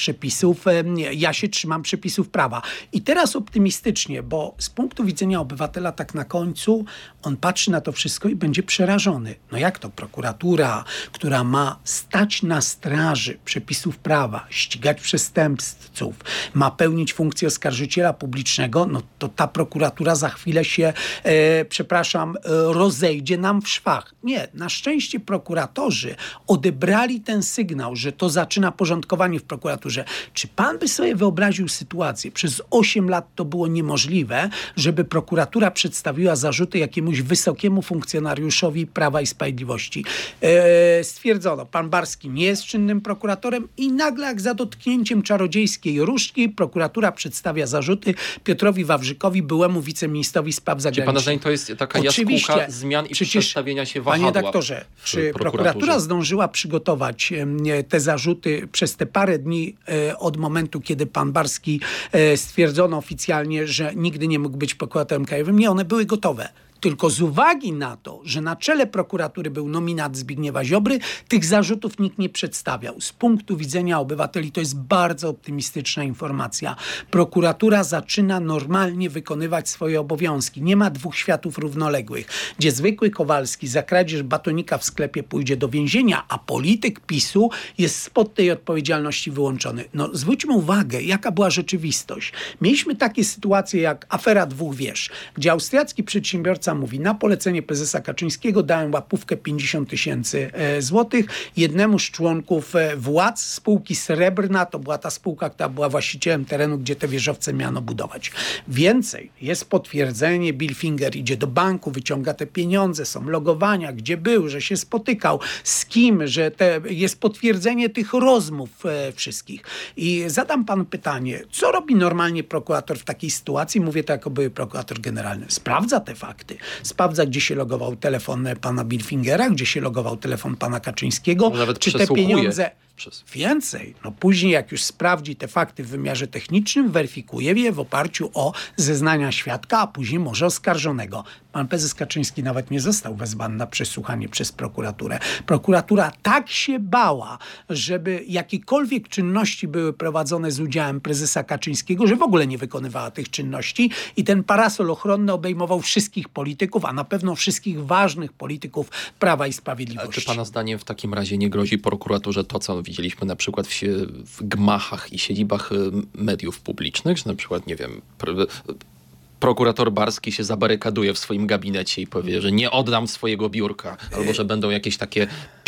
trzymam przepisów prawa. I teraz optymistycznie, bo z punktu widzenia obywatela tak na końcu on patrzy na to wszystko i będzie przerażony. No jak to prokuratura, która ma stać na straży przepisów prawa, ścigać przestępców, ma pełnić funkcję oskarżyciela publicznego, no to ta prokuratura za chwilę się, rozejdzie nam w szwach. Nie, na szczęście prokuratorzy odebrali ten sygnał, że to zaczyna porządkowanie w prokuraturze. Czy pan by sobie wyobraził sytuację? Przez 8 lat to było niemożliwe, żeby prokuratura przedstawiła zarzuty jakiemuś wysokiemu funkcjonariuszowi Prawa i Sprawiedliwości. Stwierdzono, pan Barski nie jest czynnym prokuratorem i nagle jak za dotknięciem czarodziejskiej różdżki prokuratura przedstawia zarzuty Piotrowi Wawrzykowi, byłemu wiceministrowi spraw zagranicznych. Czy pana zdaniem to jest taka jaskółka zmian i przestawienia się wahadła? Panie redaktorze, czy prokuratura zdążyła przygotować te zarzuty przez te parę dni od momentu, kiedy pan Barski stwierdzono oficjalnie, że nigdy nie mógł być prokuratorem krajowym? Nie, one były gotowe. Tylko z uwagi na to, że na czele prokuratury był nominat Zbigniewa Ziobry, tych zarzutów nikt nie przedstawiał. Z punktu widzenia obywateli to jest bardzo optymistyczna informacja. Prokuratura zaczyna normalnie wykonywać swoje obowiązki. Nie ma dwóch światów równoległych, gdzie zwykły Kowalski za kradzież batonika w sklepie pójdzie do więzienia, a polityk PiS-u jest spod tej odpowiedzialności wyłączony. No, zwróćmy uwagę, jaka była rzeczywistość. Mieliśmy takie sytuacje jak afera dwóch wież, gdzie austriacki przedsiębiorca mówi, na polecenie prezesa Kaczyńskiego dałem łapówkę 50 000 złotych jednemu z członków władz spółki Srebrna, to była ta spółka, która była właścicielem terenu, gdzie te wieżowce miano budować. Więcej, jest potwierdzenie, Bilfinger idzie do banku, wyciąga te pieniądze, są logowania, gdzie był, że się spotykał, z kim, że jest potwierdzenie tych rozmów wszystkich. I zadam panu pytanie, co robi normalnie prokurator w takiej sytuacji? Mówię to jako były prokurator generalny. Sprawdza te fakty. Sprawdza, gdzie się logował telefon pana Bilfingera, gdzie się logował telefon pana Kaczyńskiego. Nawet czy te pieniądze... Więcej. No później, jak już sprawdzi te fakty w wymiarze technicznym, weryfikuje je w oparciu o zeznania świadka, a później może oskarżonego. Pan prezes Kaczyński nawet nie został wezwany na przesłuchanie przez prokuraturę. Prokuratura tak się bała, żeby jakiekolwiek czynności były prowadzone z udziałem prezesa Kaczyńskiego, że w ogóle nie wykonywała tych czynności i ten parasol ochronny obejmował wszystkich polityków, a na pewno wszystkich ważnych polityków Prawa i Sprawiedliwości. Czy pana zdaniem w takim razie nie grozi prokuraturze to, co widzieliśmy na przykład w gmachach i siedzibach mediów publicznych, że na przykład, nie wiem, prokurator Barski się zabarykaduje w swoim gabinecie i powie, że nie oddam swojego biurka, albo że będą jakieś takie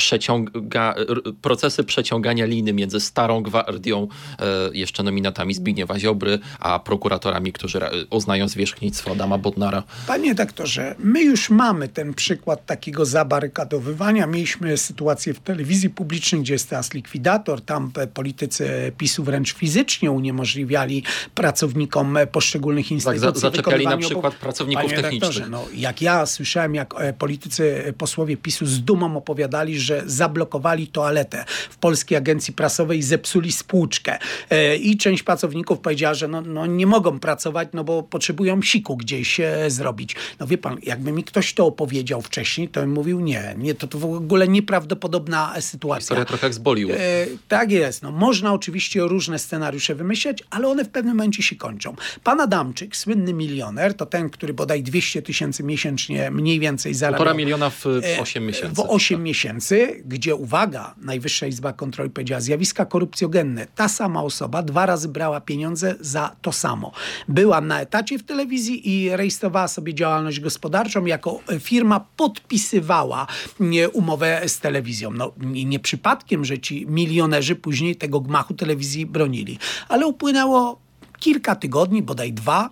procesy przeciągania liny między starą gwardią, jeszcze nominatami Zbigniewa Ziobry, a prokuratorami, którzy uznają zwierzchnictwo Adama Bodnara. Panie redaktorze, my już mamy ten przykład takiego zabarykadowywania. Mieliśmy sytuację w telewizji publicznej, gdzie jest teraz likwidator. Tam politycy PiS-u wręcz fizycznie uniemożliwiali pracownikom poszczególnych instytucji zaczepiali na przykład pracowników technicznych. No, jak ja słyszałem, jak politycy, posłowie PiS-u z dumą opowiadali, że zablokowali toaletę w Polskiej Agencji Prasowej i zepsuli spłuczkę. I część pracowników powiedziała, że no nie mogą pracować, no bo potrzebują siku gdzieś zrobić. No wie pan, jakby mi ktoś to opowiedział wcześniej, to bym mówił nie, to w ogóle nieprawdopodobna sytuacja. Historia trochę jak z Bollywood. Tak jest. No, można oczywiście różne scenariusze wymyśleć, ale one w pewnym momencie się kończą. Pan Adamczyk, słynny milioner, to ten, który bodaj 200 000 miesięcznie mniej więcej zarabiał. 1,5 miliona w 8 miesięcy. W 8 miesięcy, gdzie, uwaga, Najwyższa Izba Kontroli powiedziała, zjawiska korupcjogenne. Ta sama osoba 2 razy brała pieniądze za to samo. Była na etacie w telewizji i rejestrowała sobie działalność gospodarczą. Jako firma podpisywała umowę z telewizją. No, nie przypadkiem, że ci milionerzy później tego gmachu telewizji bronili. Ale upłynęło kilka tygodni, bodaj 2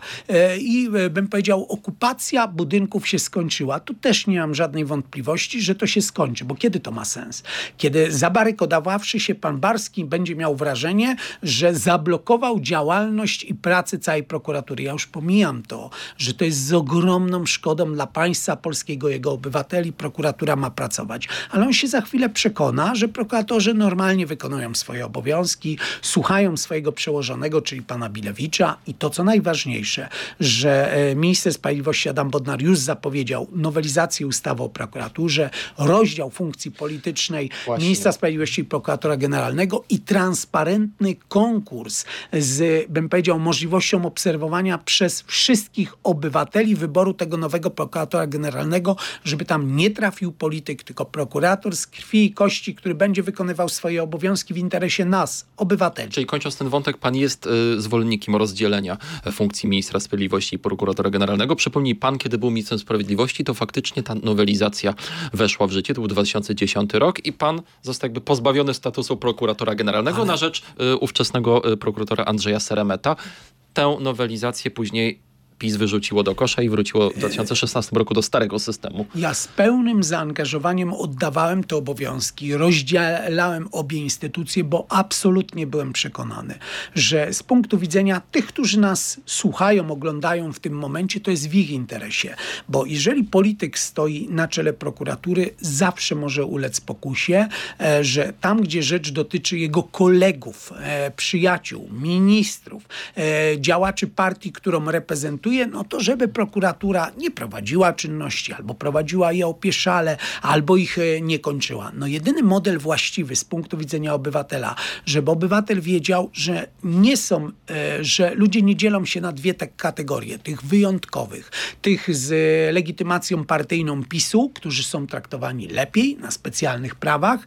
i bym powiedział, okupacja budynków się skończyła. Tu też nie mam żadnej wątpliwości, że to się skończy, bo kiedy to ma sens? Kiedy zabarykadowawszy się pan Barski będzie miał wrażenie, że zablokował działalność i pracę całej prokuratury. Ja już pomijam to, że to jest z ogromną szkodą dla państwa polskiego, jego obywateli. Prokuratura ma pracować. Ale on się za chwilę przekona, że prokuratorzy normalnie wykonują swoje obowiązki, słuchają swojego przełożonego, czyli pana Bilewicza. I to, co najważniejsze, że minister sprawiedliwości Adam Bodnar już zapowiedział nowelizację ustawy o prokuraturze, rozdział funkcji politycznej ministra sprawiedliwości i prokuratora generalnego i transparentny konkurs z, bym powiedział, możliwością obserwowania przez wszystkich obywateli wyboru tego nowego prokuratora generalnego, żeby tam nie trafił polityk, tylko prokurator z krwi i kości, który będzie wykonywał swoje obowiązki w interesie nas, obywateli. Czyli kończąc ten wątek, pan jest zwolennikiem rozdzielenia funkcji ministra sprawiedliwości i prokuratora generalnego. Przypomnij pan, kiedy był ministrem sprawiedliwości, to faktycznie ta nowelizacja weszła w życie. To był 2010 rok i pan został jakby pozbawiony statusu prokuratora generalnego na rzecz ówczesnego prokuratora Andrzeja Seremeta. Tę nowelizację później PiS wyrzuciło do kosza i wróciło w 2016 roku do starego systemu. Ja z pełnym zaangażowaniem oddawałem te obowiązki, rozdzielałem obie instytucje, bo absolutnie byłem przekonany, że z punktu widzenia tych, którzy nas słuchają, oglądają w tym momencie, to jest w ich interesie. Bo jeżeli polityk stoi na czele prokuratury, zawsze może ulec pokusie, że tam, gdzie rzecz dotyczy jego kolegów, przyjaciół, ministrów, działaczy partii, którą reprezentuje, no to żeby prokuratura nie prowadziła czynności, albo prowadziła je opieszale, albo ich nie kończyła. No jedyny model właściwy z punktu widzenia obywatela, żeby obywatel wiedział, że nie są, że ludzie nie dzielą się na dwie te kategorie, tych wyjątkowych, tych z legitymacją partyjną PiS-u, którzy są traktowani lepiej na specjalnych prawach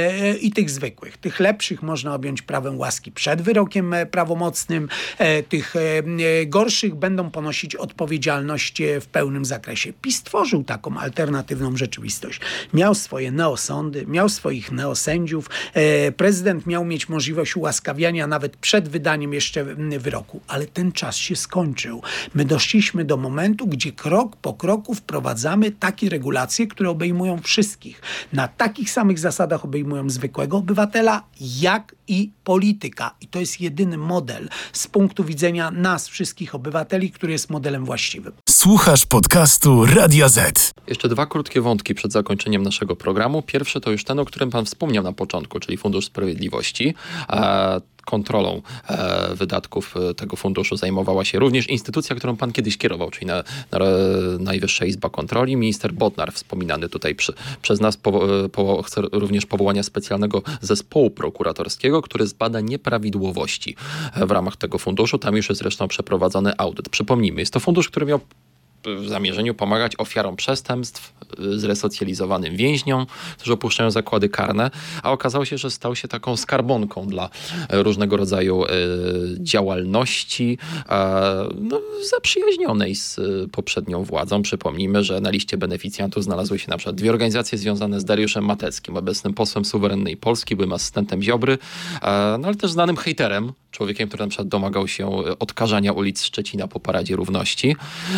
i tych zwykłych. Tych lepszych można objąć prawem łaski przed wyrokiem prawomocnym, tych gorszych będą ponosić odpowiedzialność w pełnym zakresie. PiS tworzył taką alternatywną rzeczywistość. Miał swoje neosądy, miał swoich neosędziów. Prezydent miał mieć możliwość ułaskawiania nawet przed wydaniem jeszcze wyroku. Ale ten czas się skończył. My doszliśmy do momentu, gdzie krok po kroku wprowadzamy takie regulacje, które obejmują wszystkich. Na takich samych zasadach obejmują zwykłego obywatela, jak i polityka. I to jest jedyny model z punktu widzenia nas, wszystkich obywateli, który jest modelem właściwym. Słuchasz podcastu Radia Z. Jeszcze 2 krótkie wątki przed zakończeniem naszego programu. Pierwszy to już ten, o którym pan wspomniał na początku, czyli Fundusz Sprawiedliwości. Kontrolą wydatków tego funduszu zajmowała się również instytucja, którą pan kiedyś kierował, czyli Najwyższa Izba Kontroli. Minister Bodnar, wspominany tutaj przez nas, chce również powołania specjalnego zespołu prokuratorskiego, który zbada nieprawidłowości w ramach tego funduszu. Tam już jest zresztą przeprowadzony audyt. Przypomnijmy, jest to fundusz, który miał w zamierzeniu pomagać ofiarom przestępstw, zresocjalizowanym więźniom, którzy opuszczają zakłady karne, a okazało się, że stał się taką skarbonką dla różnego rodzaju działalności zaprzyjaźnionej z poprzednią władzą. Przypomnijmy, że na liście beneficjantów znalazły się na przykład 2 organizacje związane z Dariuszem Mateckim, obecnym posłem suwerennej Polski, byłym asystentem Ziobry, ale też znanym hejterem, człowiekiem, który na przykład domagał się odkażania ulic Szczecina po Paradzie Równości.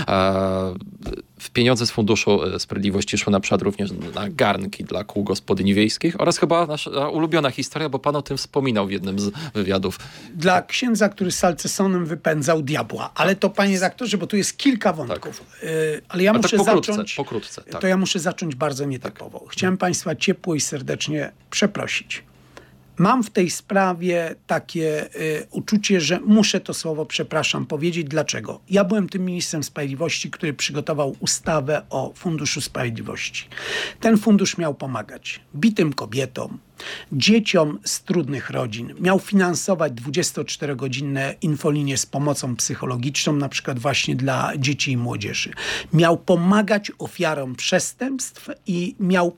W pieniądze z Funduszu Sprawiedliwości szły na przykład również na garnki dla kół gospodyń wiejskich oraz chyba nasza ulubiona historia, bo pan o tym wspominał w jednym z wywiadów. Dla księdza, który z salcesonem wypędzał diabła. Ale to, panie redaktorze, bo tu jest kilka wątków. Tak. Ale ja muszę zacząć... Pokrótce, tak. To ja muszę zacząć bardzo nietypowo. Tak. Chciałem państwa ciepło i serdecznie przeprosić. Mam w tej sprawie takie uczucie, że muszę to słowo przepraszam powiedzieć. Dlaczego? Ja byłem tym ministrem sprawiedliwości, który przygotował ustawę o Funduszu Sprawiedliwości. Ten fundusz miał pomagać bitym kobietom, dzieciom z trudnych rodzin. Miał finansować 24-godzinne infolinie z pomocą psychologiczną, na przykład właśnie dla dzieci i młodzieży. Miał pomagać ofiarom przestępstw i miał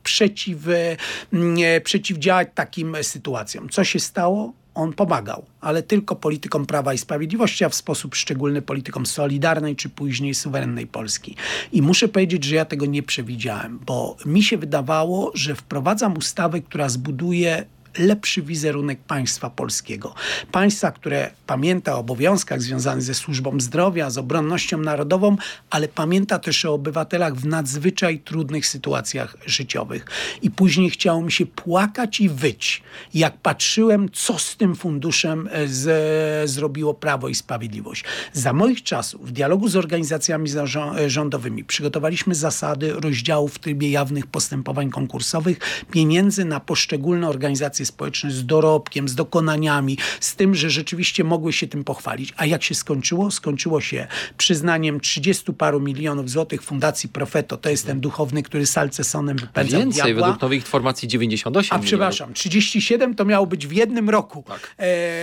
przeciwdziałać takim sytuacjom. Co się stało? On pomagał, ale tylko politykom Prawa i Sprawiedliwości, a w sposób szczególny politykom Solidarnej czy później suwerennej Polski. I muszę powiedzieć, że ja tego nie przewidziałem, bo mi się wydawało, że wprowadzam ustawę, która zbuduje lepszy wizerunek państwa polskiego. Państwa, które pamięta o obowiązkach związanych ze służbą zdrowia, z obronnością narodową, ale pamięta też o obywatelach w nadzwyczaj trudnych sytuacjach życiowych. I później chciało mi się płakać i wyć, jak patrzyłem, co z tym funduszem zrobiło Prawo i Sprawiedliwość. Za moich czasów w dialogu z organizacjami rządowymi przygotowaliśmy zasady rozdziału w trybie jawnych postępowań konkursowych pieniędzy na poszczególne organizacje społeczne z dorobkiem, z dokonaniami, z tym, że rzeczywiście mogły się tym pochwalić. A jak się skończyło? Skończyło się przyznaniem 30 paru milionów złotych Fundacji Profeto. To jest ten duchowny, który salcesonem wypędzał więcej, diabła. według nowych informacji 98 przepraszam, 37 to miało być w jednym roku. Tak.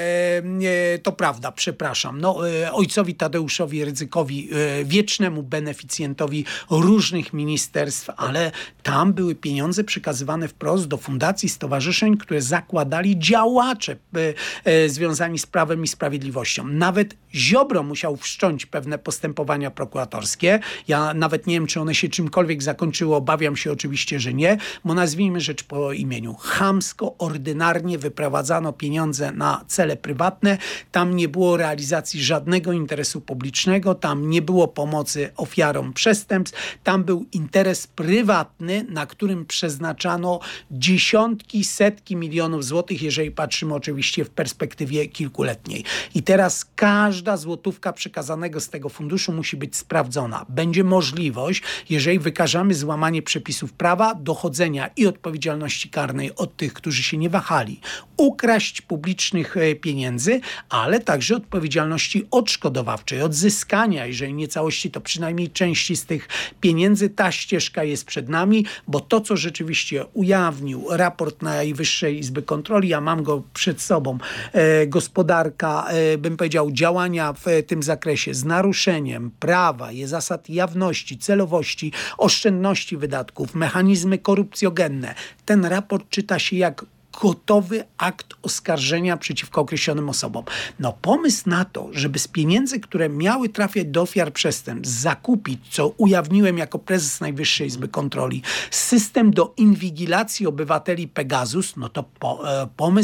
To prawda, przepraszam. Ojcowi Tadeuszowi Rydzykowi, wiecznemu beneficjentowi różnych ministerstw, ale tam były pieniądze przekazywane wprost do fundacji, stowarzyszeń, które zakładali działacze związani z Prawem i Sprawiedliwością. Nawet Ziobro musiał wszcząć pewne postępowania prokuratorskie. Ja nawet nie wiem, czy one się czymkolwiek zakończyły. Obawiam się oczywiście, że nie, bo nazwijmy rzecz po imieniu. Chamsko, ordynarnie wyprowadzano pieniądze na cele prywatne. Tam nie było realizacji żadnego interesu publicznego. Tam nie było pomocy ofiarom przestępstw. Tam był interes prywatny, na którym przeznaczano dziesiątki, setki milionów złotych, jeżeli patrzymy oczywiście w perspektywie kilkuletniej. I teraz każda złotówka przekazanego z tego funduszu musi być sprawdzona. Będzie możliwość, jeżeli wykażemy złamanie przepisów prawa, dochodzenia i odpowiedzialności karnej od tych, którzy się nie wahali ukraść publicznych pieniędzy, ale także odpowiedzialności odszkodowawczej, odzyskania, jeżeli nie całości, to przynajmniej części z tych pieniędzy. Ta ścieżka jest przed nami, bo to, co rzeczywiście ujawnił raport Najwyższej Izby Kontroli, ja mam go przed sobą, gospodarka, bym powiedział, działania w tym zakresie z naruszeniem prawa, zasad jawności, celowości, oszczędności wydatków, mechanizmy korupcjogenne. Ten raport czyta się jak gotowy akt oskarżenia przeciwko określonym osobom. Pomysł na to, żeby z pieniędzy, które miały trafiać do ofiar przestępstw, zakupić, co ujawniłem jako prezes Najwyższej Izby Kontroli, system do inwigilacji obywateli Pegasus, to pomysł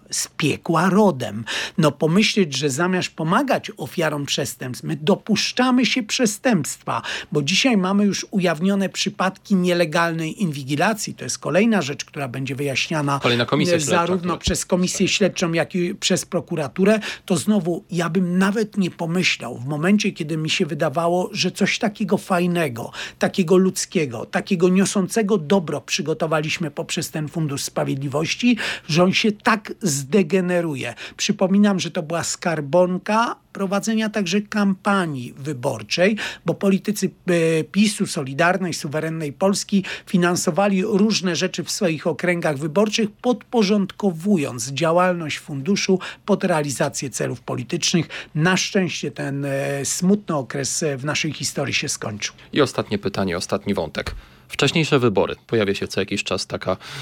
z piekła rodem. No pomyśleć, że zamiast pomagać ofiarom przestępstw, my dopuszczamy się przestępstwa, bo dzisiaj mamy już ujawnione przypadki nielegalnej inwigilacji. To jest kolejna rzecz, która będzie wyjaśniana zarówno przez komisję śledczą, jak i przez prokuraturę. To znowu, ja bym nawet nie pomyślał w momencie, kiedy mi się wydawało, że coś takiego fajnego, takiego ludzkiego, takiego niosącego dobro przygotowaliśmy poprzez ten Fundusz Sprawiedliwości, że on się tak zdegeneruje. Przypominam, że to była skarbonka prowadzenia także kampanii wyborczej, bo politycy PiS-u, Solidarnej, Suwerennej Polski finansowali różne rzeczy w swoich okręgach wyborczych, podporządkowując działalność funduszu pod realizację celów politycznych. Na szczęście ten smutny okres w naszej historii się skończył. I ostatnie pytanie, ostatni wątek. Wcześniejsze wybory. Pojawia się co jakiś czas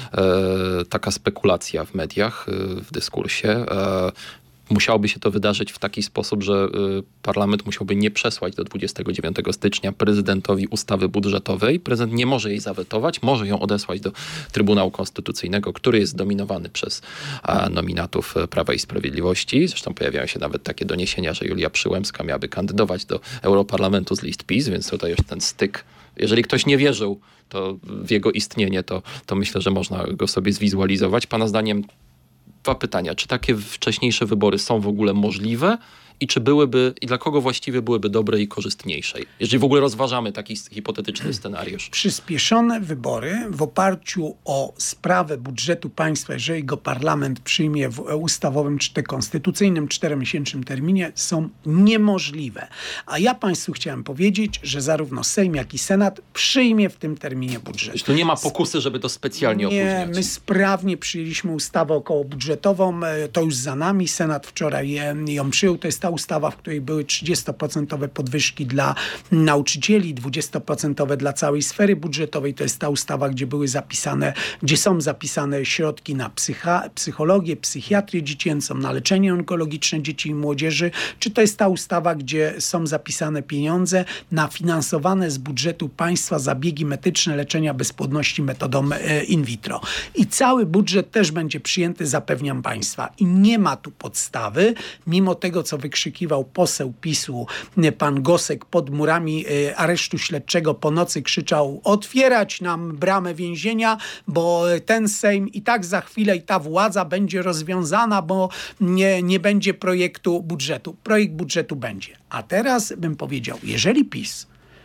taka spekulacja w mediach, w dyskursie. Musiałoby się to wydarzyć w taki sposób, że parlament musiałby nie przesłać do 29 stycznia prezydentowi ustawy budżetowej. Prezydent nie może jej zawetować, może ją odesłać do Trybunału Konstytucyjnego, który jest dominowany przez nominatów Prawa i Sprawiedliwości. Zresztą pojawiają się nawet takie doniesienia, że Julia Przyłębska miałaby kandydować do Europarlamentu z list PiS, więc tutaj już ten styk. Jeżeli ktoś nie wierzył w jego istnienie, to myślę, że można go sobie zwizualizować. Pana zdaniem dwa pytania. Czy takie wcześniejsze wybory są w ogóle możliwe i czy i dla kogo właściwie byłyby dobre i korzystniejsze? Jeżeli w ogóle rozważamy taki hipotetyczny scenariusz. Przyspieszone wybory w oparciu o sprawę budżetu państwa, jeżeli go parlament przyjmie w ustawowym czy konstytucyjnym 4-miesięcznym terminie, są niemożliwe. A ja państwu chciałem powiedzieć, że zarówno Sejm, jak i Senat przyjmie w tym terminie budżet. Tu nie ma pokusy, żeby to specjalnie opóźniać. Nie, my sprawnie przyjęliśmy ustawę okołobudżetową. To już za nami. Senat wczoraj ją przyjął. To jest ta ustawa, w której były 30% podwyżki dla nauczycieli, 20% dla całej sfery budżetowej. To jest ta ustawa, gdzie są zapisane środki na psychologię, psychiatrię dziecięcą, na leczenie onkologiczne dzieci i młodzieży. Czy to jest ta ustawa, gdzie są zapisane pieniądze na finansowane z budżetu państwa zabiegi medyczne leczenia bezpłodności metodą in vitro. I cały budżet też będzie przyjęty, zapewniam państwa. I nie ma tu podstawy, mimo tego, co wykrzykiwał poseł PiS-u, pan Gosek pod murami aresztu śledczego po nocy krzyczał: otwierać nam bramę więzienia, bo ten Sejm i tak za chwilę i ta władza będzie rozwiązana, bo nie będzie projektu budżetu. Projekt budżetu będzie. A teraz bym powiedział, jeżeli PiS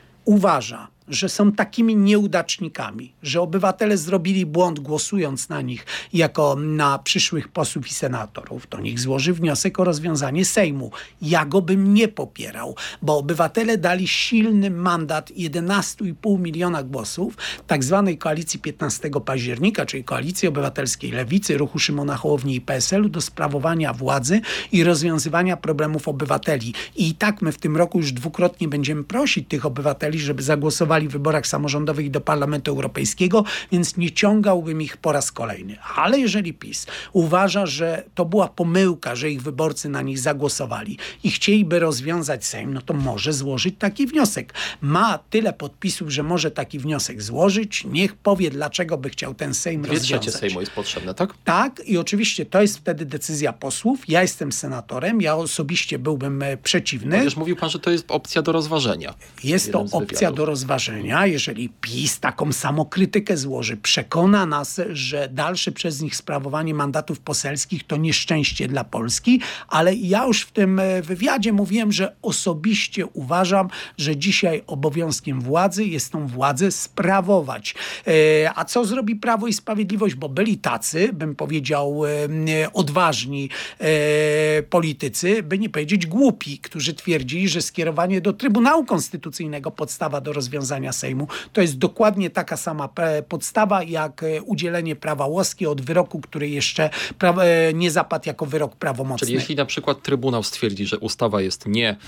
uważa, że są takimi nieudacznikami, że obywatele zrobili błąd głosując na nich jako na przyszłych posłów i senatorów, to niech złoży wniosek o rozwiązanie Sejmu. Ja go bym nie popierał, bo obywatele dali silny mandat 11,5 miliona głosów tak zwanej koalicji 15 października, czyli Koalicji Obywatelskiej Lewicy, Ruchu Szymona Hołowni i PSL-u do sprawowania władzy i rozwiązywania problemów obywateli. I tak my w tym roku już dwukrotnie będziemy prosić tych obywateli, żeby zagłosowali w wyborach samorządowych i do Parlamentu Europejskiego, więc nie ciągałbym ich po raz kolejny. Ale jeżeli PiS uważa, że to była pomyłka, że ich wyborcy na nich zagłosowali i chcieliby rozwiązać Sejm, no to może złożyć taki wniosek. Ma tyle podpisów, że może taki wniosek złożyć. Niech powie, dlaczego by chciał ten Sejm rozwiązać. 2/3 Sejmu jest potrzebne, tak? Tak, i oczywiście to jest wtedy decyzja posłów. Ja jestem senatorem, ja osobiście byłbym przeciwny. Chociaż mówił pan, że to jest opcja do rozważenia. Jest to opcja do rozważenia. Jeżeli PiS taką samokrytykę złoży, przekona nas, że dalsze przez nich sprawowanie mandatów poselskich to nieszczęście dla Polski, ale ja już w tym wywiadzie mówiłem, że osobiście uważam, że dzisiaj obowiązkiem władzy jest tą władzę sprawować. A co zrobi Prawo i Sprawiedliwość? Bo byli tacy, bym powiedział, odważni politycy, by nie powiedzieć głupi, którzy twierdzili, że skierowanie do Trybunału Konstytucyjnego podstawa do rozwiązania Sejmu. To jest dokładnie taka sama podstawa, jak udzielenie prawa łaski od wyroku, który jeszcze nie zapadł jako wyrok prawomocny. Czyli jeśli na przykład Trybunał stwierdzi, że ustawa jest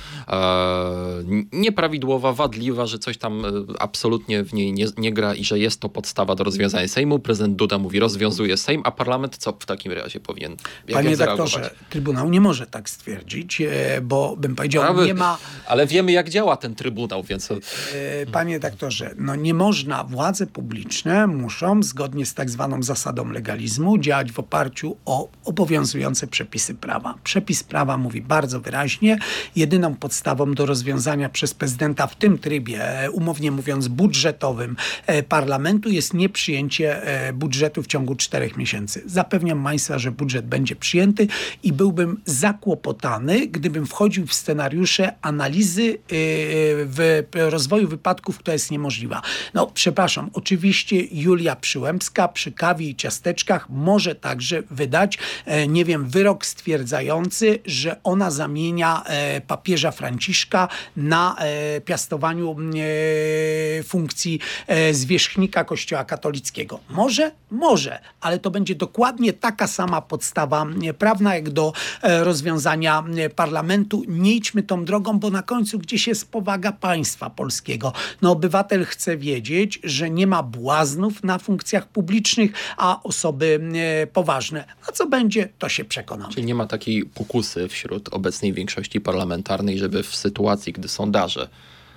nieprawidłowa, wadliwa, że coś tam absolutnie w niej nie gra i że jest to podstawa do rozwiązania Sejmu, prezydent Duda mówi, rozwiązuje Sejm, a parlament co w takim razie powinien Panie doktorze, Trybunał nie może tak stwierdzić, bo bym powiedział, nie ma... Ale wiemy, jak działa ten Trybunał, więc... Panie panie doktorze, nie można, władze publiczne muszą zgodnie z tak zwaną zasadą legalizmu działać w oparciu o obowiązujące przepisy prawa. Przepis prawa mówi bardzo wyraźnie, jedyną podstawą do rozwiązania przez prezydenta w tym trybie, umownie mówiąc budżetowym parlamentu, jest nieprzyjęcie budżetu w ciągu 4 miesięcy. Zapewniam państwa, że budżet będzie przyjęty i byłbym zakłopotany, gdybym wchodził w scenariusze analizy w rozwoju wypadków, która jest niemożliwa. Przepraszam, oczywiście Julia Przyłębska przy kawie i ciasteczkach może także wydać, wyrok stwierdzający, że ona zamienia papieża Franciszka na piastowaniu funkcji zwierzchnika Kościoła katolickiego. Może, ale to będzie dokładnie taka sama podstawa prawna jak do rozwiązania parlamentu. Nie idźmy tą drogą, bo na końcu gdzieś jest powaga państwa polskiego. Obywatel chce wiedzieć, że nie ma błaznów na funkcjach publicznych, a osoby poważne. A co będzie, to się przekonamy. Czyli nie ma takiej pokusy wśród obecnej większości parlamentarnej, żeby w sytuacji, gdy sondaże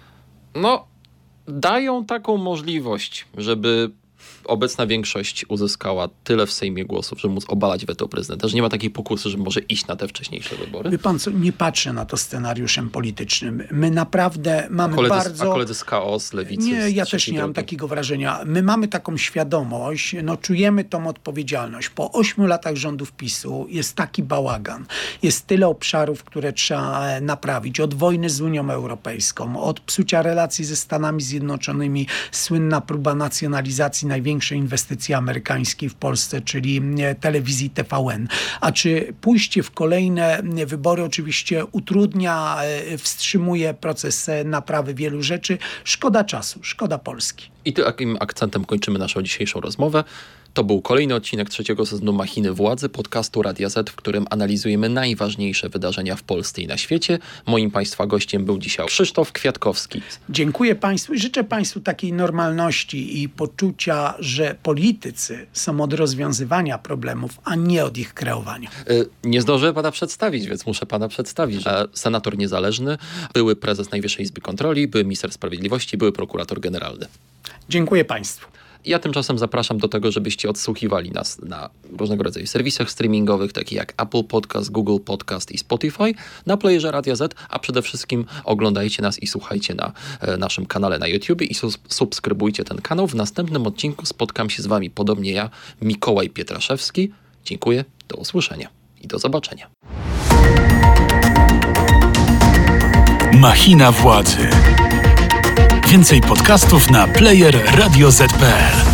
dają taką możliwość, żeby obecna większość uzyskała tyle w Sejmie głosów, żeby móc obalać weto prezydenta, że nie ma takiej pokusy, że może iść na te wcześniejsze wybory? Wie pan co, nie patrzę na to scenariuszem politycznym. My naprawdę mamy A koledzy z KO, z Lewicy? Nie, ja też nie mam takiego wrażenia. My mamy taką świadomość, czujemy tą odpowiedzialność. Po 8 latach rządów PiS-u jest taki bałagan. Jest tyle obszarów, które trzeba naprawić. Od wojny z Unią Europejską, od psucia relacji ze Stanami Zjednoczonymi, słynna próba nacjonalizacji największej inwestycji amerykańskiej w Polsce, czyli telewizji TVN. A czy pójście w kolejne wybory oczywiście utrudnia, wstrzymuje proces naprawy wielu rzeczy. Szkoda czasu, szkoda Polski. I takim akcentem kończymy naszą dzisiejszą rozmowę. To był kolejny odcinek 3. sezonu Machiny Władzy, podcastu Radia Z, w którym analizujemy najważniejsze wydarzenia w Polsce i na świecie. Moim państwa gościem był dzisiaj Krzysztof Kwiatkowski. Dziękuję państwu i życzę państwu takiej normalności i poczucia, że politycy są od rozwiązywania problemów, a nie od ich kreowania. Nie zdążyłem pana przedstawić, więc muszę pana przedstawić. Senator niezależny, były prezes Najwyższej Izby Kontroli, były minister sprawiedliwości, były prokurator generalny. Dziękuję państwu. Ja tymczasem zapraszam do tego, żebyście odsłuchiwali nas na różnego rodzaju serwisach streamingowych, takich jak Apple Podcast, Google Podcast i Spotify, na playerze Radia Z, a przede wszystkim oglądajcie nas i słuchajcie na naszym kanale na YouTube i subskrybujcie ten kanał. W następnym odcinku spotkam się z wami, podobnie ja, Mikołaj Pietraszewski. Dziękuję, do usłyszenia i do zobaczenia. Machina Władzy. Więcej podcastów na player radioz.pl.